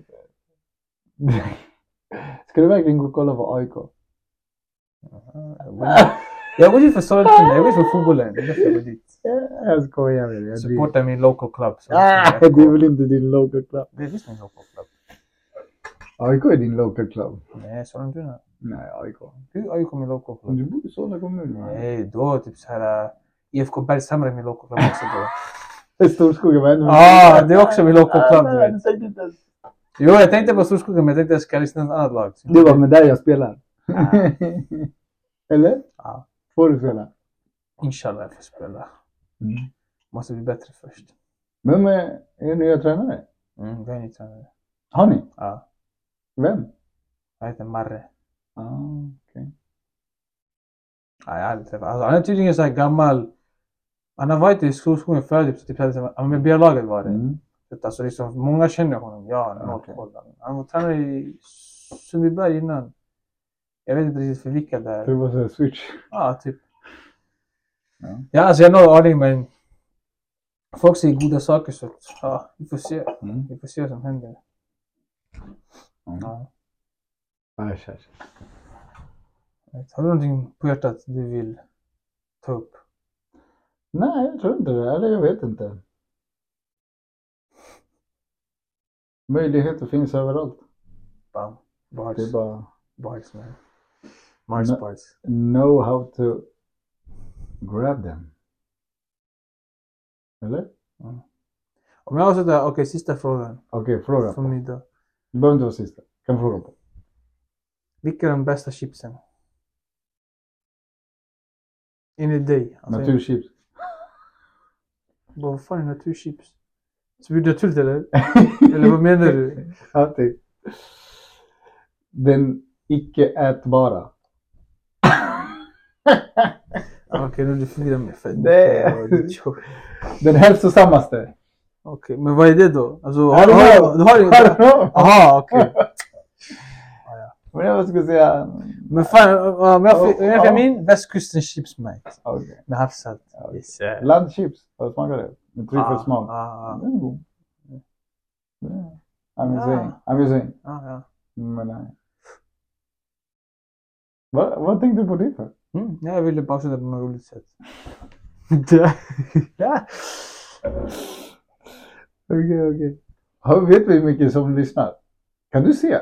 Ska du verkligen gå och kolla på AIK? Jag går dit för Sollentuna, jag går dit för fotbollen. Det är därför jag går dit. Jag skojar. Supporta min local club. Det är väl inte din local club? Det är visst min local club. AIK är din local club? Nej, Sollentuna. Nej, AIK. Hur AIK min local club? Du bor i Solna kommun. Nej, då typ så här IFK Bergshamra är min local club också då. Det är Storskogen, men... det är också min local club, du vet. Jo, jag tänkte på Storskogen, men jag tänkte att jag ska lyssna på ett annat lag. Det var med där jag spelar. Eller? Ja. Får du spela? Inshallah jag får spela. Måste bli bättre först. Men är ni nya tränare? Vi är ny tränare. Har ni? Ja. Vem? Han heter Marre. Okej. Ja, jag har aldrig träffat. Alltså, han är tydligen så här gammal. Han har varit i Storskogen förut. Typ, han med B-laget var det. Alltså, liksom, många känner honom. Han var tränare i Sundbyberg innan. Jag vet inte riktigt för vilka där. Det var så switch. Ja, typ. Ja, alltså jag har någon aning, men folk säger goda saker så ja, vi får se. Vi får se vad som händer. Ja. Har du någonting på hjärtat du vill ta upp? Nej, jag tror inte det. Eller jag vet inte. Möjligheter finns överallt. Bam. Bars. Det är bara... Bars, man. Mars bars. Know how to grab them. Eller? Om jag har sådär, okej, sista frågan. Okej, fråga. Från mig då. Du behöver inte vara sista. Kan fråga på. Vilka är de bästa chipsen? Enligt dig? Alltså, naturchips. Vad fan är naturchips? Så blir det naturligt eller? Eller vad menar du? Ja, typ. Den icke-ätbara. Okej, nu är du förvirrad med för den hälsosammaste. Okej, men vad är det då? Alltså, du har aha, okej. Men jag skulle säga... Men fan, jag min västkusten chips med. Med havssalt. Yes. Landchips, vad smakar det? Med tryffel smak. Den är god. I'm just saying. Men nej. Vad tänkte du på det för? Jag ville bara sätta på något roligt sätt. Okej. Vet vi hur mycket som lyssnar? Kan du se?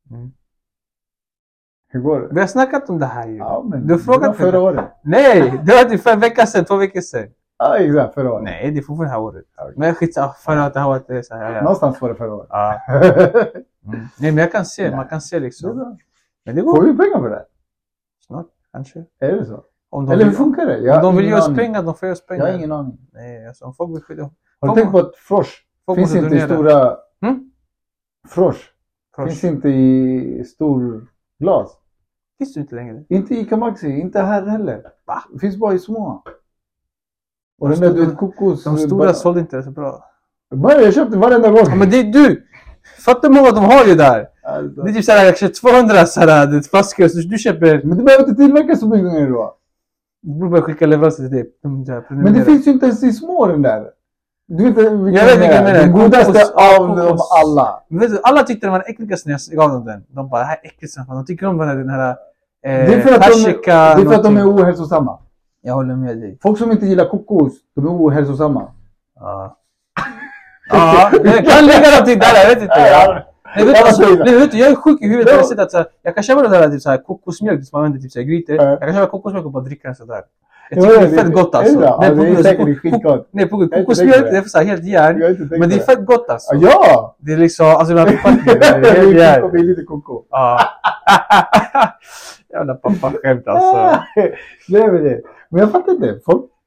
Hur går det? Vi har snackat om det här ju. Ja, men du har frågat förra året. Nej, det var typ 5 veckor sedan, 2 veckor sedan. Ja, exakt, förra året. Nej, det är fortfarande det här året. Okay. Men skitsa, förra året, det här året, det är så här. Ja. Någonstans var det förra året. Ja. Nej, men jag kan se, man kan se liksom. Det men det går. Får vi pengar för det? Snart, kanske. Är det så? Eller hur funkar det? Om de vill ge oss pengar, de får ge oss pengar. Jag har ingen aning. Nej, alltså om folk vill skydda. Har du tänkt på att Frosch finns inte i stora... Frosch finns inte i stor glas. Finns det inte längre? Inte i Ica Maxi, inte här heller. Va? Det finns bara i små. Och den där du vet kokos... De stora sålde inte så bra. Bara jag köpte varenda gång. Ja, men det är du! Fattar många de har ju där. Alltså. Det är typ såhär, kanske 200 såhär flaskor så du köper... Men du behöver inte tillverka så mycket gånger då. Du borde bara skicka leveranser till det. Men det finns ju inte ens i små den där. Du vet jag vet vilken menar. Den godaste av dem alla. Men vet du, alla tyckte det var den äckligaste när jag gav dem den. De bara, det här är äckligt som fan. De tycker om den här det är för att de är ohälsosamma. Jag håller med dig. Folk som inte gillar kokos, de är ohälsosamma. Ja. Ja, det kan ligga någonting där, jag vet inte. Jag är sjuk i huvudet. Jag har sett att jag kan köpa det där typ såhär kokosmjölk som man använder typ såhär grytor. Jag kan köpa kokosmjölk och bara dricka den sådär. Jag tycker det är fett gott alltså. Det är säkert skitgott. Nej, kokosmjölk det är för såhär helt järn. Men det är fett gott alltså. Ja! Det är liksom, alltså det är helt järn. Det är lite koko. Ja. Jävla pappa-skämt alltså. Nej men det. Men jag fattar inte.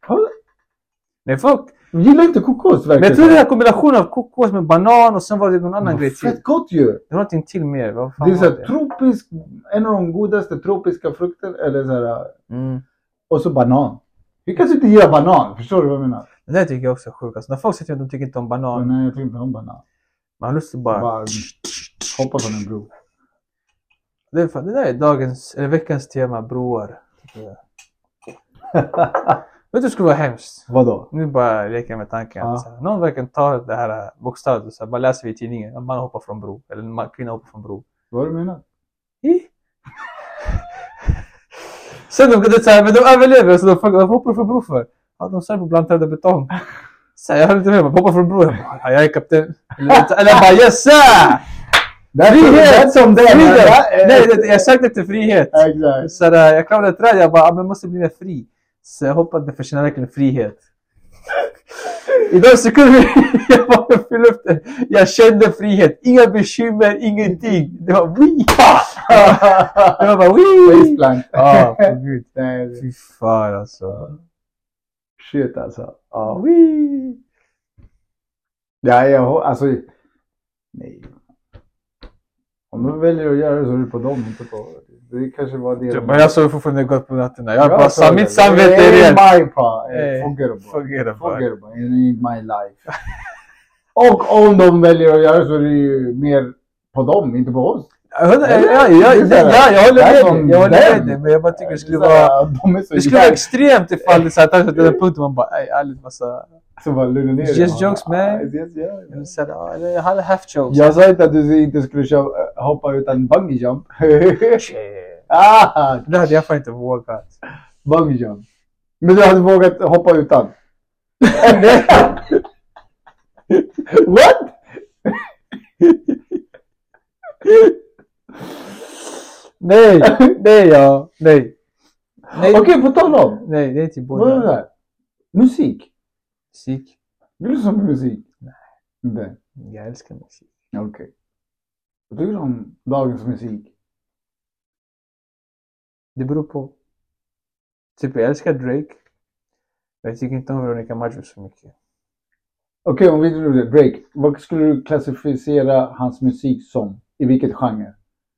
Folk gillar inte kokos verkligen. Men jag tror det är en kombination av kokos med banan och sen var det någon annan grej till. Fett gott ju. Det var någonting till mer. Vad fan det är så det? Tropisk, en av de godaste tropiska frukter eller så här. Och så banan. Vi kanske inte gillar banan, förstår du vad jag menar? Det där tycker jag också är sjukt. Alltså, när folk säger att de tycker inte om banan. Nej, jag tycker inte om banan. Man har lust att bara hoppa från en bro. Det där är veckans tema, broar. Vet du det skulle vara hemskt? Vadå? Nu bara leker jag med tanken. Att, någon verkligen tar det här bokstavet och så bara läser vi i tidningen. En man hoppar från bro. Eller en kvinna hoppar från bro. Vad du menar? Sen de kan det säga, men de överlever så de frågar, hoppar från bro för? Ja, de säger på blandträdda betong. Så jag hör inte med, hoppar från bro. Jag är kapten. Eller bara, yes sir! Frihet! Som det är! Nej, jag sökte efter frihet. Exakt. Så jag klarade ett träd, jag bara, jag måste bli mer fri. Så jag hoppade för att känna verkligen frihet. Idag så kunde jag bara fylla upp det. Jag kände frihet. Inga bekymmer, ingenting. Det var wii. Det var bara wii. Faceplant. Ja, för gud. Fy fan alltså. Shit alltså. Ja, wii. Ja, alltså. Nej. Om du väljer att göra det så är det på dem, inte på... Det kanske var det... Men jag såg fortfarande gott på natten. Jag har bara mitt samvete är rent. Forget about it. It ain't my life. Och om de väljer att göra det så är det ju mer på dem, inte på oss. Jag håller med dig. Men jag bara tycker det skulle vara... Det skulle vara extremt ifall det såhär till den punkten man bara... ärligt massa... Så bara lugna ner. Just jokes man. Jag hade half jokes. Jag sa inte att du inte skulle hoppa utan bungee jump. Det hade jag fan inte vågat. Bungee jump. Men du hade vågat hoppa utan. What? Nej. Okej, på tal om. Nej, det är till båda. Vad är det där? Musik. Musik? Du lyssnar på musik? Nej. Inte? Jag älskar musik. Okej. Vad tycker du om dagens musik? Det beror på. Typ jag älskar Drake. Men jag tycker inte om Veronica Maggio så mycket. Okej, om vi tror det. Drake. Vad skulle du klassificera hans musik som? I vilket genre?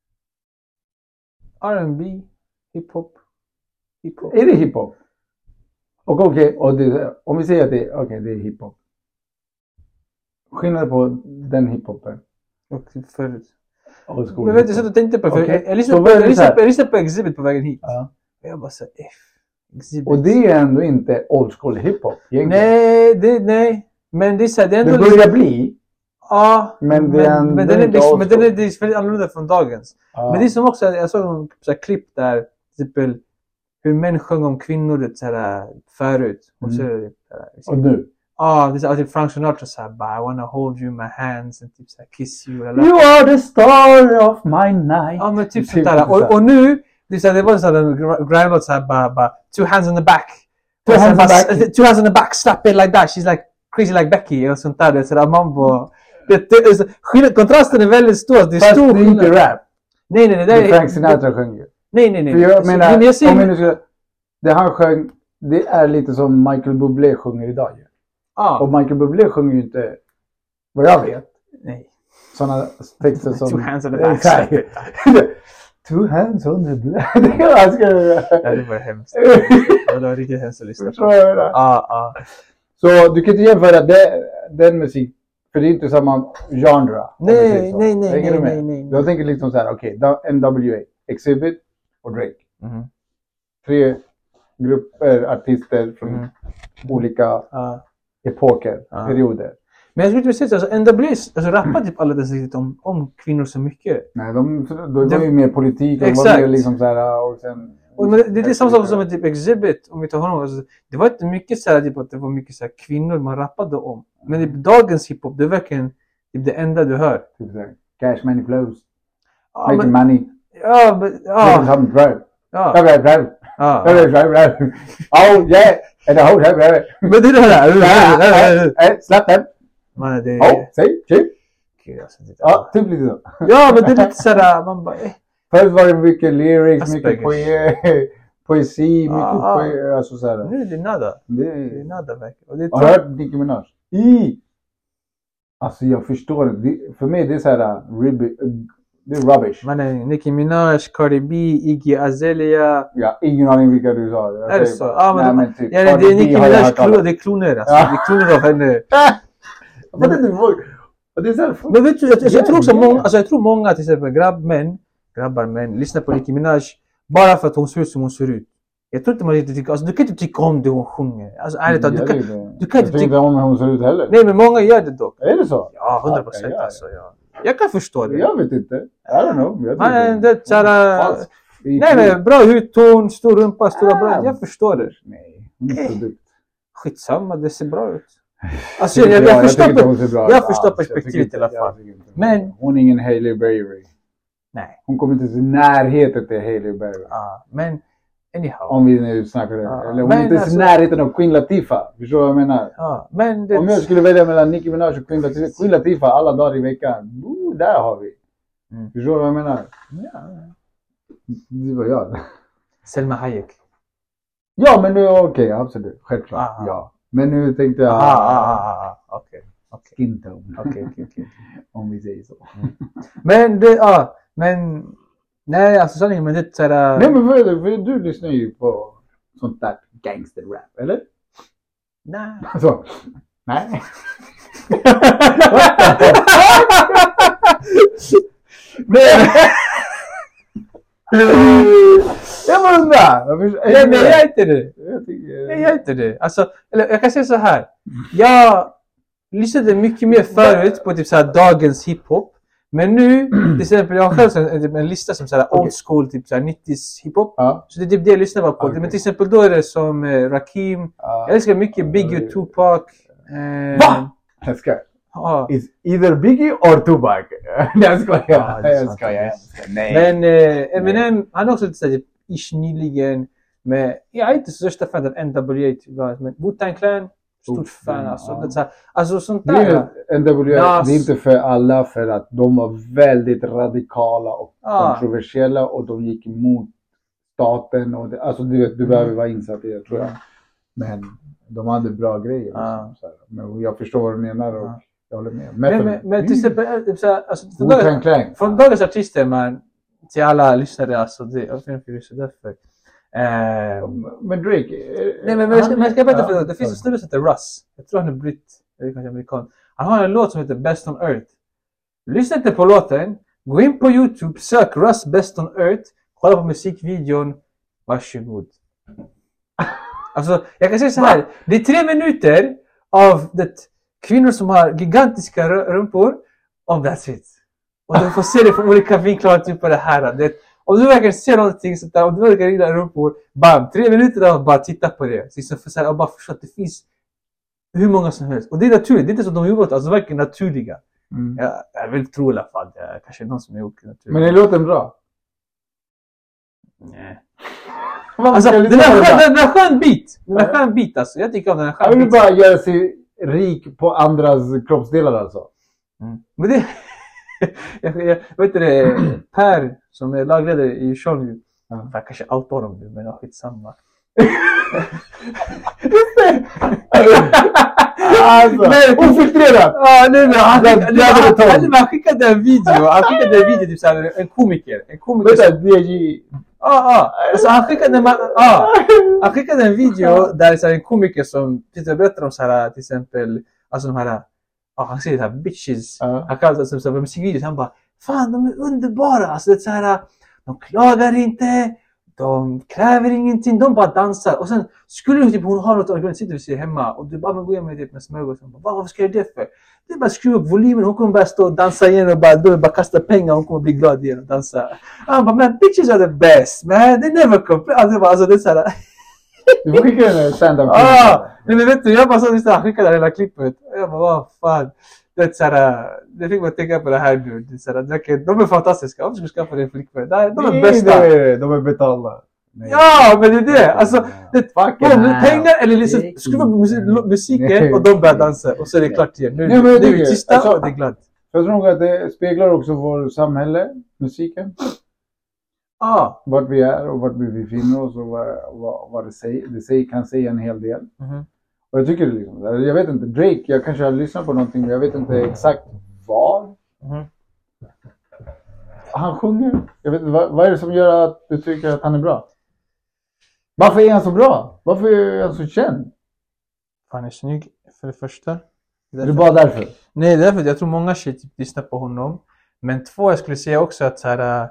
R&B, hiphop. Är det hiphop? Och okej, om vi säger att det är hiphop. Skillnad på den hiphopen. Och förut. Men vet du, så du tänkte på jag lyssnade på Exhibit på vägen hit. Ja. Och jag bara så Exhibit. Och det är ändå inte old school hiphop egentligen. Nej. Men det är så här, det är ändå det börjar bli. Ja, men den är väldigt annorlunda från dagens. Ja. Men det är som också, jag såg någon så här klipp där, till exempel hur män sjöng om kvinnor så här, förut. Och, så, och nu? Ja, det är typ Frank Sinatra så här, I wanna hold you in my hands and typ så här, kiss you. Eller. You are the star of my night. Ja, men typ sånt där. Och nu, det var så här, grindlåt så här, bara two hands on the back. Two hands on the back, slap it like that. She's like crazy like Becky och sånt där. Det är så där mambo. Kontrasten är väldigt stor. Det är fast stor det är inte rap. Nej. Det är Frank Sinatra sjöng ju. Nej. För jag menar, Det han sjöng, det är lite som Michael Bublé sjunger idag ju. Och Michael Bublé sjunger ju inte, vad jag vet. Nej. Sådana texter som... Two hands on the back. Two hands on the black. Det var ganska... Ja, det var hemskt. Det var riktigt hemskt att lyssna på. Så du kan inte jämföra den musik, för det är inte samma genre. Nej. Jag tänker liksom så här, okej, NWA, Exhibit och Drake. 3 grupper artister från olika epoker, perioder. Men jag skulle inte säga att NWA rappar typ alla dessa riktigt om kvinnor så mycket. Nej, de var ju mer politik och exakt. Var mer liksom så här och sen... Men det är samma sak som med typ Exhibit, om vi tar honom. Alltså, det var inte mycket så här, typ, att det var mycket så här, kvinnor man rappade om. Men typ, dagens hiphop, det är verkligen typ, det enda du hör. Typ så här, cash money flows. Making money. Ja, men... Oh yeah! And the whole time. Men det är det här. Slap them. Man, det är... say, chip. Ja, typ lite så. Ja, men det är lite sådär, man bara... Först var det mycket lyrics, mycket poesi, mycket poesi, alltså såhär. Nu är det nada. Det är nada verkligen. Har du hört Nicki Minaj? Alltså jag förstår det. För mig det är såhär, det är rubbish. Men Nicki Minaj, Cardi B, Iggy Azalea. Ja, ingen aning vilka du sa. Är det så? Ja, men typ. Det är Nicki Minaj, det är kloner alltså. Det är kloner av henne. Vad är det så här? Men vet du, jag tror också många, alltså jag tror många till exempel grabbar, män, lyssnar på Nicki Minaj bara för att hon ser ut som hon ser ut. Jag tror inte man riktigt tycker, alltså du kan inte tycka om det hon sjunger. Alltså ärligt talat, du kan inte tycka om hur hon ser ut heller. Nej, men många gör det dock. Är det så? Ja, 100% alltså, ja. Jag kan förstå det. Jag vet inte. I don't know. Men det är såhär... Nej, men bra hudton, stor rumpa, stora bröst. Jag förstår det. Nej, skitsamma, det ser bra ut. Alltså jag förstår perspektivet i alla fall. Men hon är ingen Hailey Berry. Nej. Hon kommer inte till närheten till Hailey Berry. Men anyhow. Om vi nu snackar det. Eller hon är inte till närheten av Queen Latifah. Förstår du vad jag menar? Om jag skulle välja mellan Nicki Minaj och Queen Latifah alla dagar i veckan. Där har vi. Förstår du vad jag menar? Ja. Det var jag. Selma Hayek. Ja, men nu okej, absolut. Självklart. Ja. Men nu tänkte jag... Okej. Skin tone. Okej. Om vi säger så. Men men... Nej, alltså sanningen, men det är såhär... Nej, men för du lyssnar ju på sånt där gangster-rap, eller? Nej. Alltså, nej. Jag bara undrar. Nej, men jag är inte det. Jag är inte det. Alltså, eller jag kan säga så här. Jag lyssnade mycket mer förut på typ så här dagens hiphop. Men nu, till exempel, jag har själv en lista som såhär old school, typ såhär 90s hiphop. Så det är typ det jag lyssnar på. Men till exempel då är det som Rakim. Jag älskar mycket Biggie, Tupac. Va? Jag ska. Is either Biggie or Tupac. Jag skojar. Nej. Men Eminem, han har också lite såhär ish nyligen. Men jag är inte så största fan av NWA tyvärr. Men Wu-Tang Clan, stort fan alltså. Alltså sånt där. NWA, det är inte för alla, för att de var väldigt radikala och kontroversiella och de gick emot staten. Och alltså du behöver vara insatt i det, tror jag. Men de hade bra grejer. Liksom, så här. Men jag förstår vad du menar och jag håller med. Men till exempel, alltså, från dagens artister, man, till alla lyssnare, alltså det är så därför. Men Drake... Nej, men jag ska berätta för dig. Det finns en snubbe som heter Russ. Jag tror han är britt. Eller kanske amerikan. Han har en låt som heter Best on Earth. Lyssna inte på låten. Gå in på YouTube. Sök Russ Best on Earth. Kolla på musikvideon. Varsågod. Alltså, jag kan säga så här. Det är 3 minuter av det kvinnor som har gigantiska rumpor. Och that's it. Och du får se det från olika vinklar typ på det här. Om du verkligen ser någonting sånt där, om du verkligen gillar rumpor, bam, 3 minuter av bara titta på det. Så för så här, och bara förstå att det finns hur många som helst. Och det är naturligt, det är inte så att de gjort det, alltså verkligen naturliga. Jag vill tro i alla fall, kanske någon som är gjort naturligt. Men är låten bra? Nej. Alltså, den är skön bit. Den är skön bit alltså, jag tycker om den är skön bit. Jag vill bara göra sig rik på andras kroppsdelar alltså. Men det... jag vet inte, Per som är lagledare i Sean, jag kanske outar dem nu, men skitsamma. Alltså, ofiltrerat! Ja, nej men han skickade en video. Han skickade en video typ såhär, en komiker. Vänta, DJ... Alltså han skickade en video där det är en komiker som berättar om såhär, till exempel, alltså de här, han säger såhär bitches. Han kallar det som såhär musikvideos. Han bara, fan de är underbara. Alltså det är såhär, de klagar inte. De kräver ingenting, de bara dansar. Och sen skulle typ, hon ha något och sitter vid sig hemma och du bara, men gå med typ med smörgås. Varför ska jag göra det för? Det är bara skruva upp volymen, hon kommer bara stå och dansa igen och bara kasta pengar, hon kommer bli glad igen och dansa. Han bara, man bitches are the best man, they never complain. Alltså det är såhär. Du får skicka den stand-up. Nej men vet du, jag bara så han skickade det hela klippet. Jag bara, vad fan. Det är såhär, det fick man tänka på det här nu. Det är såhär, de är fantastiska, varför ska du skaffa dig en flickvän? De är bästa. De är betalda. Nej. Ja, men det är det. Alltså, pengar eller liksom skruva på musiken och de börjar dansa. Och så är det klart igen. Nu är vi tysta alltså, och det är glatt. Jag tror nog att det speglar också vår samhälle, musiken. Vart vi är och vart vi befinner oss och vad det säger, kan säga en hel del. Och jag tycker liksom, jag vet inte, Drake, jag kanske har lyssnat på någonting men jag vet inte exakt var. Han sjunger. Jag vet inte, vad är det som gör att du tycker att han är bra? Varför är han så bra? Varför är han så känd? Han är snygg för det första. Är det bara därför? Nej, det är därför jag tror många shit lyssnar på honom. Men två, jag skulle säga också att så här,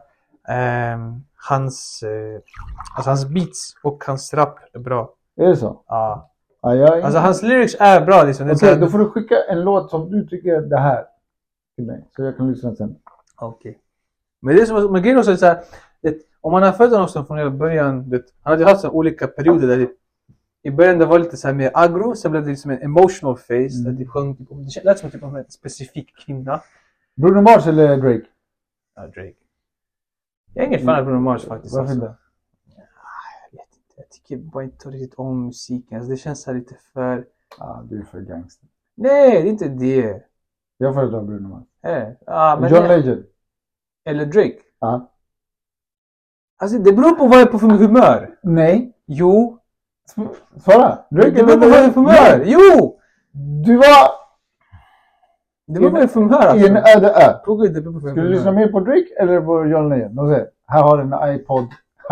hans beats och hans rap är bra. Är det så? Ja. Alltså hans lyrics är bra liksom. Okej, då får du skicka en låt som du tycker det här till mig. Så jag kan lyssna sen. Okej. Men det är som med grejen också så här, om man har följt honom från hela början, han hade haft så olika perioder där i början det var lite så här mer aggro, sen blev det liksom en emotional phase där det sjöng typ om, det lät som typ om en specifik kvinna. Bruno Mars eller Drake? Ja, Drake. Jag är ingen fan av Bruno Mars faktiskt. Varför inte? Jag vet inte, jag tycker bara inte riktigt om musiken. Alltså, det känns så lite för... Du är för gangster. Nej, det är inte det. Jag föredrar Bruno Mars. Men John Legend. Eller Drake. Ja. Alltså det beror på vad jag är på för humör. Nej. Jo. Svara. Drake, det beror på vad jag är på för humör. Jo. Du var... Det beror på vad jag är för humör. I en öde Skulle du lyssna mer på Drake eller på John Legend? Här har du en iPod.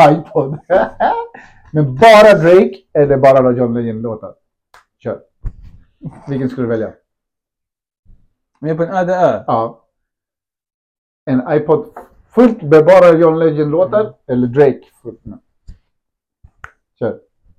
Men bara Drake eller bara John Legend-låtar? Kör. Vilken skulle du välja? Men på en öde? Ja. En iPod fullt med bara John Legend-låtar eller Drake fullt med? Kör.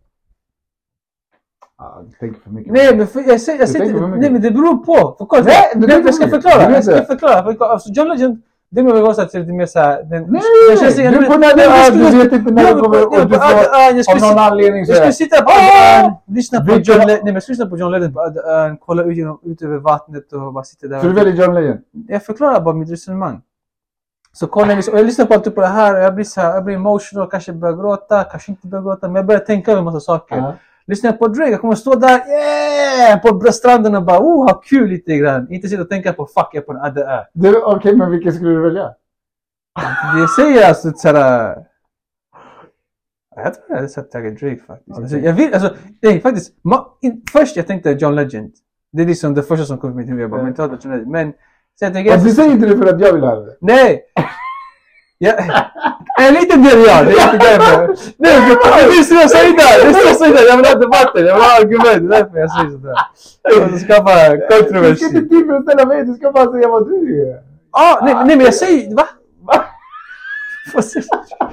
Du tänker för mycket. Nej, men jag säger nej, men det beror på. Jag ska förklara. Alltså John Legend, det måste vara så att det är lite mer så här. Nej, du på när du vet inte när du kommer och du får av någon anledning så. Jag skulle sitta på lyssna på John Legend. Nej, men lyssna på John Legend på ön, kolla ut över vattnet och bara sitta där. Så du väljer John Legend? Jag förklarar bara mitt resonemang. Så kolla, och jag lyssnar på det här och jag blir så här, jag blir emotional, kanske börjar gråta, kanske inte börjar gråta, men jag börjar tänka över en massa saker. Lyssnar på Drake, jag kommer stå där på stranden och bara ha kul lite grann. Inte sitta och tänka på fuck jag på en adde ö. Okej, men vilken skulle du välja? Jag säger alltså såhär... Jag tror jag hade sett Drake faktiskt. Okay. Alltså, jag vill, alltså, nej faktiskt. Först jag tänkte John Legend. Det är liksom det första som kom till mig. Men John Legend. Men så jag tänker... Du säger inte det för att jag vill ha det? Nej! Jag är lite del jag. Det är inte därför. Nej, det är så jag säger där. Jag vill ha debatten. Jag vill ha argument. Det är därför jag säger sådär. Jag ska skapa kontroversi. Du ska inte tid för att ställa mig. Du ska bara säga vad du är. Nej, men jag säger... Va? Vad säger du?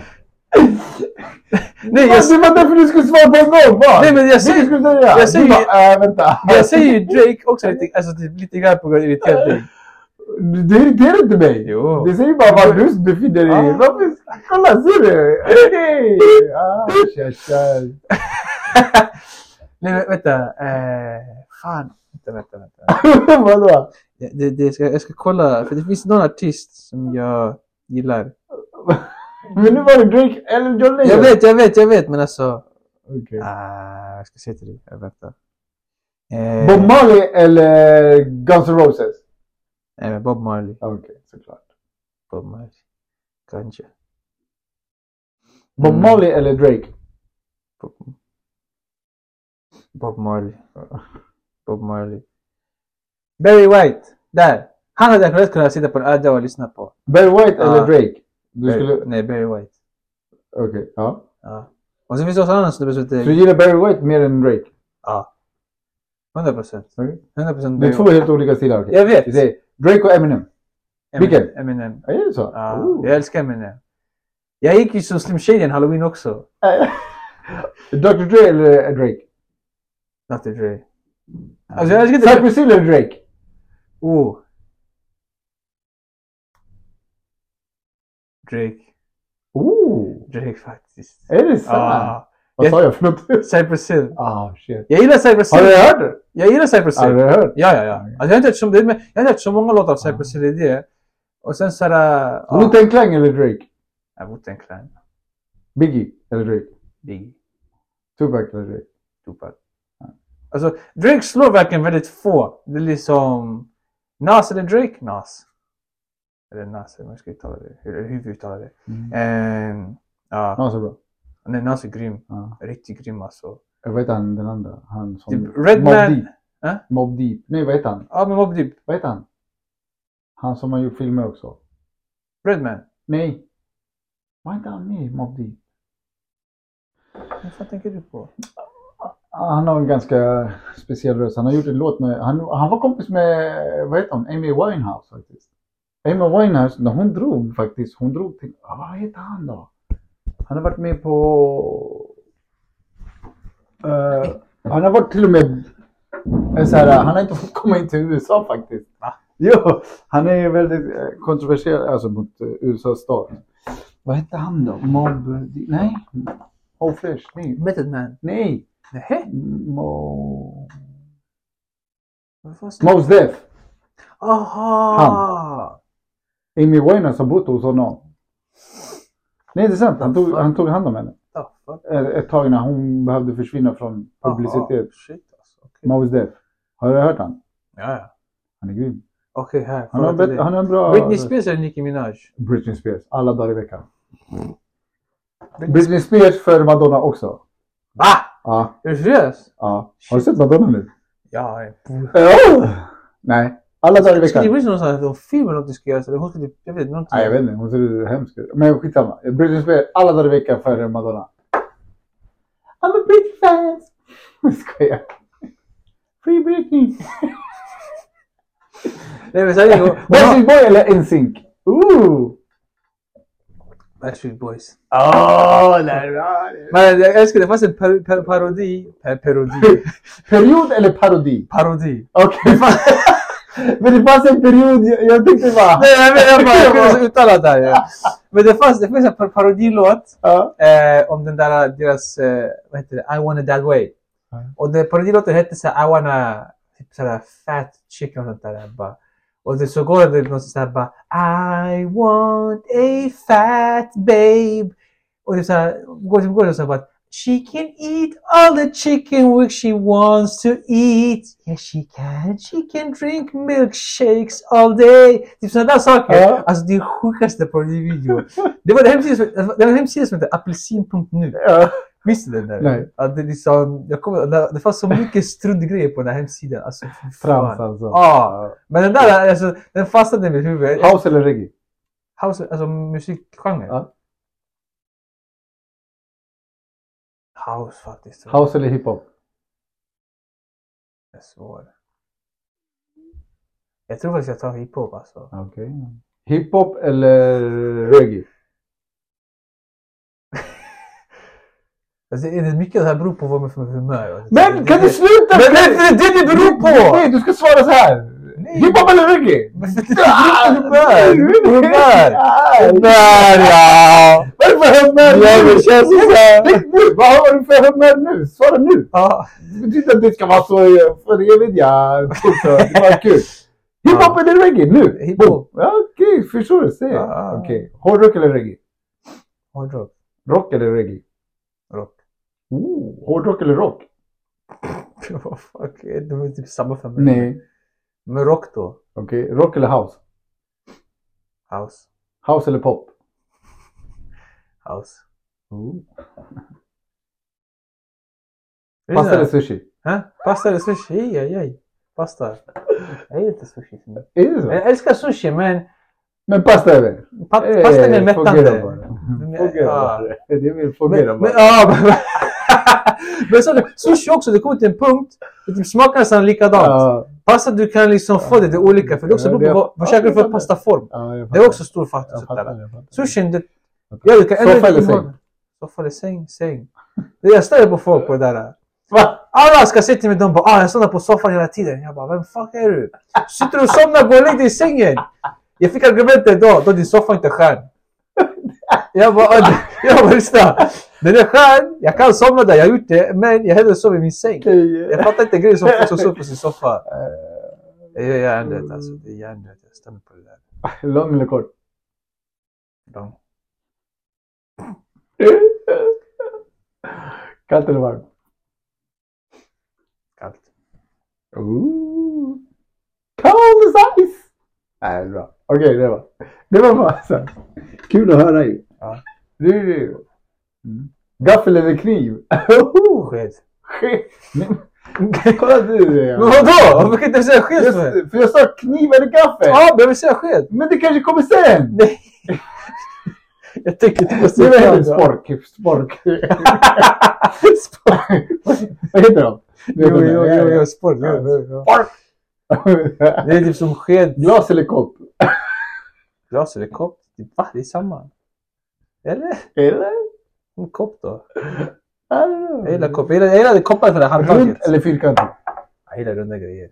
Nej, det var därför du skulle svara på en gång. Nej, men jag säger... Vänta. Jag säger Drake också lite grann på grund av irriterande. Det irriterar inte mig. Jo. Det säger bara vad du befinner dig i. Varför? Kolla, ser du? Hej! Nej, men vänta. Fan. Vänta. Vadå? Jag ska kolla. För det finns någon artist som jag gillar. Men nu var det Drake eller John Legend? Jag vet. Men alltså... Okej. Jag ska se till dig. Jag väntar. Bob Marley eller Guns N' Roses? Nej, men Bob Marley. Okej, såklart. Bob Marley. Kanske. Bob Marley eller Drake? Bob Marley. Bob Marley. Barry White. Där. Han hade jag kunnat sitta på en öde och lyssna på. Barry White eller Drake? Nej, Barry White. Okej, ja. Och sen finns det också annan snubbe som heter... Så du gillar Barry White mer än Drake? Ja. 100%. Okay. 100% Det är två helt olika stilar. Okay. Jag vet. Vi säger Drake och Eminem. Vilken? Eminem. Är det så? Ja, jag älskar Eminem. Jag gick ju som Slim Shady en Halloween också. Dr. Dre eller Drake? Dr. Dre. Alltså jag älskar inte... Cypress Hill eller Drake? Drake. Drake faktiskt. Är det sant? Vad sa jag för något? Cypress Hill. Shit. Jag gillar Cypress Hill. Har du hört det? Jag gillar Cypress Hill. Har du hört? Ja. Alltså, jag har inte hört så många låtar av Cypress Hill i det. Och sen så där... Wu-Tang Clan eller Drake? Ja, Wu-Tang Clan. Biggie eller Drake? Biggie. Tupac eller Drake? Tupac. Alltså, Drake slår verkligen väldigt få. Det är liksom... Nas eller Drake? Nas. Eller Nas, hur ska jag uttala det? Hur vi uttalar det? Nas är bra. Nej, Nas är grym. Riktigt grym alltså. Jag vet han den andra. Han som... Typ Redman. Mobb Deep. Nej, vad heter han? Ja, men Mobb Deep. Vad heter han? Han som har gjort filmer också. Redman. Nej. Vad heter han med Mobb Deep? Vad fan tänker du på? Han har en ganska speciell röst. Han har gjort en låt med... Han var kompis med... Vad heter hon? Amy Winehouse faktiskt. Amy Winehouse, när hon drog faktiskt. Hon drog till... vad heter han då? Han har varit med på... han har varit till och med... han har inte fått komma in till USA faktiskt. Jo, han är väldigt kontroversiell alltså mot USAs stat. Vad heter han då? Mobb... Nej. Fresh. Nej. Method Man. Nej. Nej. Mos Def. Aha. Han. Amy Winehouse har bott hos honom. Nej, det är sant. Han tog hand om henne. Ett tag när hon behövde försvinna från publicitet. Shit alltså. Okay. Mos Def. Har du hört han? Ja. Han är grym. Okej, här. Han har en bra... Britney Spears eller Nicki Minaj? Britney Spears. Alla dagar i veckan. Britney Spears för Madonna också. Va? Ja. Är du seriös? Ja. Har du sett Madonna nu? Ja. Nej. Alla dagar i veckan. Ska det bli någonstans att film eller något du ska göra? Eller hon ska typ, jag vet inte. Nej, jag vet inte. Hon ser hemskt ut. Men skitsamma. Britney Spears alla dagar i veckan för Madonna. I'm a Britney fan. Jag skojar. Free Britney. Nej men såhär. Backstreet Boy eller NSYNC? Backstreet Boys. Nej. Men jag älskar det. Det fanns en parodi. Period eller parodi? Parodi. Okej. Men det fanns en period, jag tänkte bara... Nej, jag kunde uttala det här. Men det finns en parodilåt om den där, deras, vad heter det? I want it that way. Och den parodilåten hette såhär, I wanna, typ såhär fat chicken och sånt där. Bara. Och det så går det något såhär bara, I want a fat babe. Och det såhär, går det såhär bara, she can eat all the chicken which she wants to eat. Yes, she can. She can drink milkshakes all day. Typ sådana där saker. Alltså det är sjukaste på den videon. Det var en hemsida som heter apelsin.nu. Visste du det där? Nej. Att det liksom, det fanns så mycket struntgrejer på den här hemsidan. Alltså, Frans alltså. Men den där, alltså, den fastnade i mitt huvud. House eller reggae? House, alltså musikgenre. House faktiskt. House eller hiphop? Det är svårt. Jag tror faktiskt jag tar hiphop alltså. Okej. Hiphop eller reggae? Alltså, det är mycket det här beror på vad man för humör. Men kan du sluta? Men det beror på! Nej, du ska svara så här. Hiphop eller reggae? Humör, ja! Varför humör nu? Ja, det känns så här. Vad har du för humör nu? Svara nu. Ja. Det betyder att det ska vara så för evigt, det var kul. Hiphop eller reggae nu? Hiphop. Okej, förstår du? Säg. Okej. Hårdrock eller reggae? Hårdrock. Rock eller reggae? Rock. Hårdrock eller rock? Vad fuck, det är typ samma för mig. Nej. Men rock då? Okej, rock eller house? House. House eller pop? House. Pasta eller sushi? Pasta eller sushi? Aj. Pasta. Jag gillar inte sushi. Är det så? Jag älskar sushi men pasta är det? pasta är mer mättande. Det vill fungera bara. Men så sushi också, det kommer till en punkt att det smakar nästan likadant. Pasta du kan liksom få det olika för det också beror på vad käkar du för pastaform. Det är också stor faktor. Sushi det du kan soffa eller säng? Soffa eller säng. Det jag stör på folk på det där. Va? Alla ska sitta med dem på jag somnar på soffan hela tiden. Jag bara, vem fuck är du? Sitter du och somnar, gå och lägg dig i sängen. Jag fick argumentet då din soffa inte är skön. Jag bara lyssna. Den är skön, jag kan somna där, jag har gjort det. Men jag hellre sover i min säng. Jag fattar inte grejer som folk som sover på sin soffa. Jag är hjärndött alltså, det är hjärndött. Jag stämmer på det där. Lång eller kort? Lång. Kallt eller varmt? Kallt. Cold as ice! Nej, det är bra. Okej, det var bara så här. Kul att höra ju. Ja. Gaffel eller kniv? Sked. Kolla du. Men vadå? Varför kan inte säga sked för jag sa kniv eller gaffel. Ja, men jag vill säga sked. Men det kanske kommer sen. Nej. Jag tänker inte på det. Spork. Vad heter de? Jo, spork. Spork. Det är typ som sked. Glas eller kopp? Glas eller kopp? Det är samma. Eller? Är det? En kopp då. Jag gillar kopp. Jag gillar koppar för det handtaget. Runt eller fyrkantigt? Jag gillar runda grejer.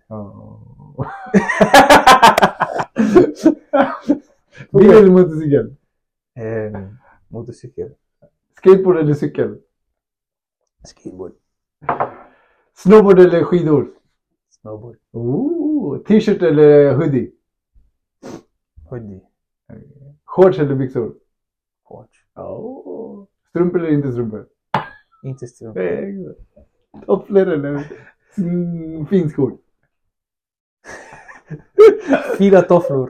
Bil eller motorcykel? Motorcykel. Skateboard eller cykel? Skateboard. Snowboard eller skidor? Snowboard. T-shirt eller hoodie? Hoodie. Shorts eller byxor? Shorts. Strumpor eller inte strumpor? Inte strumpor. Tofflor eller finskor? Fina tofflor.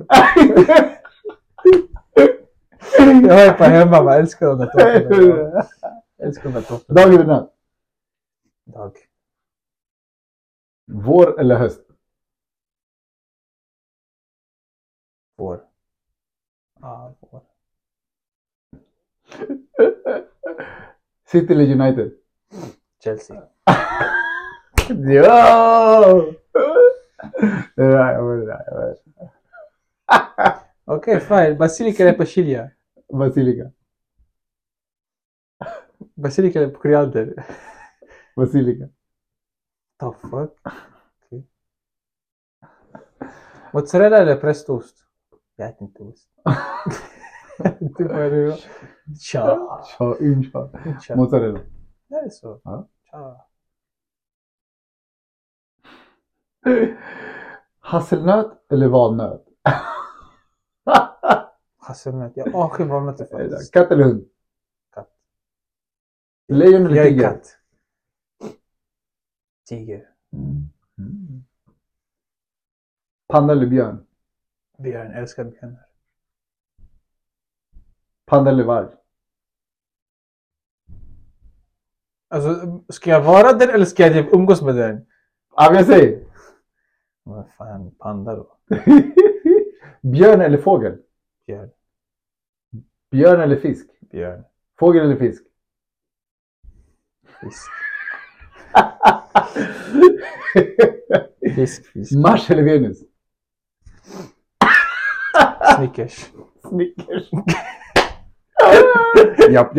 Jag är på hemma, man älskar de där tofflorna. Dag eller natt? Dag. Vår eller höst? Vår. Vår. City eller United? Chelsea. Ja! Jag vet. Okej, fine. Basilika eller persilja? Basilika. Basilika eller koriander? Basilika. The fuck? Okay. Mozzarella eller prästost? Jag äter inte ost. Typ vad är det då? Tja. Mozzarella. Det är så. Ja. Tja. Hasselnöt eller valnöt? Hasselnöt. Jag avskyr valnötter faktiskt. Katt eller hund? Katt. Lejon eller tiger? Jag är tiger? katt. Tiger. Panda eller björn? Björn. Älskar björnar. Panda eller varg? Alltså, ska jag vara den eller ska jag typ umgås med den? Ja, men säg. Vad fan, panda då? Björn eller fågel? Björn. Björn eller fisk? Björn. Fågel eller fisk? Fisk. Fisk. Mars eller Venus? Snickers. Japp.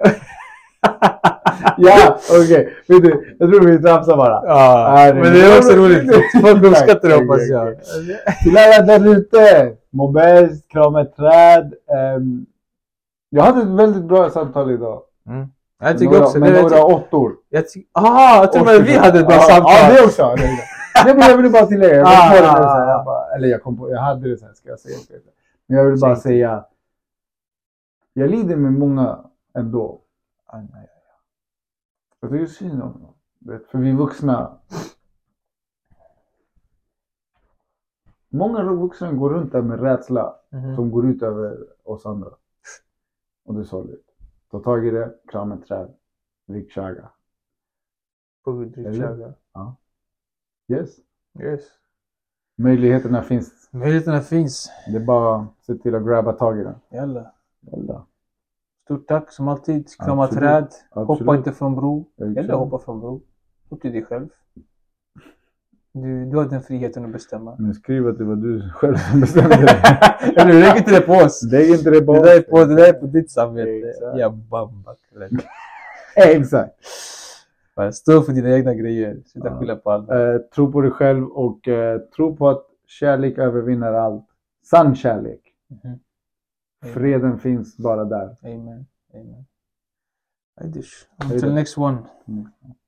Ja, okej. Vet du, jag tror vi tramsar bara. Ja, men det är också roligt. Folk uppskattar det, hoppas jag. Till alla där ute. Må bäst, krama ett träd. Jag hade ett väldigt bra samtal idag. Jag tycker också. Med några åttor. Jag tror att vi hade ett bra samtal. Ja, det också. Nej, men jag ville bara tillägga. Jag hade det sen, ska jag säga. Men jag vill bara säga. Jag lider med många ändå. Jag tycker synd om dem. För vi vuxna. Många vuxna går runt där med rädsla. Som går ut över oss andra. Och det är sorgligt. Ta tag i det. Krama ett träd. Drick chaga. Drick chaga. Ja. Yes. Yes. Möjligheterna finns. Möjligheterna finns. Det är bara att se till att grabba tag i den. Jalla. Jalla. Stort tack som alltid. Krama Absolut. träd. Absolut. Hoppa inte från bro. Exakt. Eller hoppa från bro. Upp till dig själv. Du har den friheten att bestämma. Men skriv att det var du själv som bestämde det. Eller lägg inte det på oss. Lägg inte det på oss. Det där är på ditt samvete. Exakt. Ja, bamba. Exakt. Stå för dina egna grejer. Sluta skylla på alla. Tro på dig själv och tro på att kärlek övervinner allt. Sann kärlek. Mhm. Freden finns bara där. Amen. Amen. Until next one.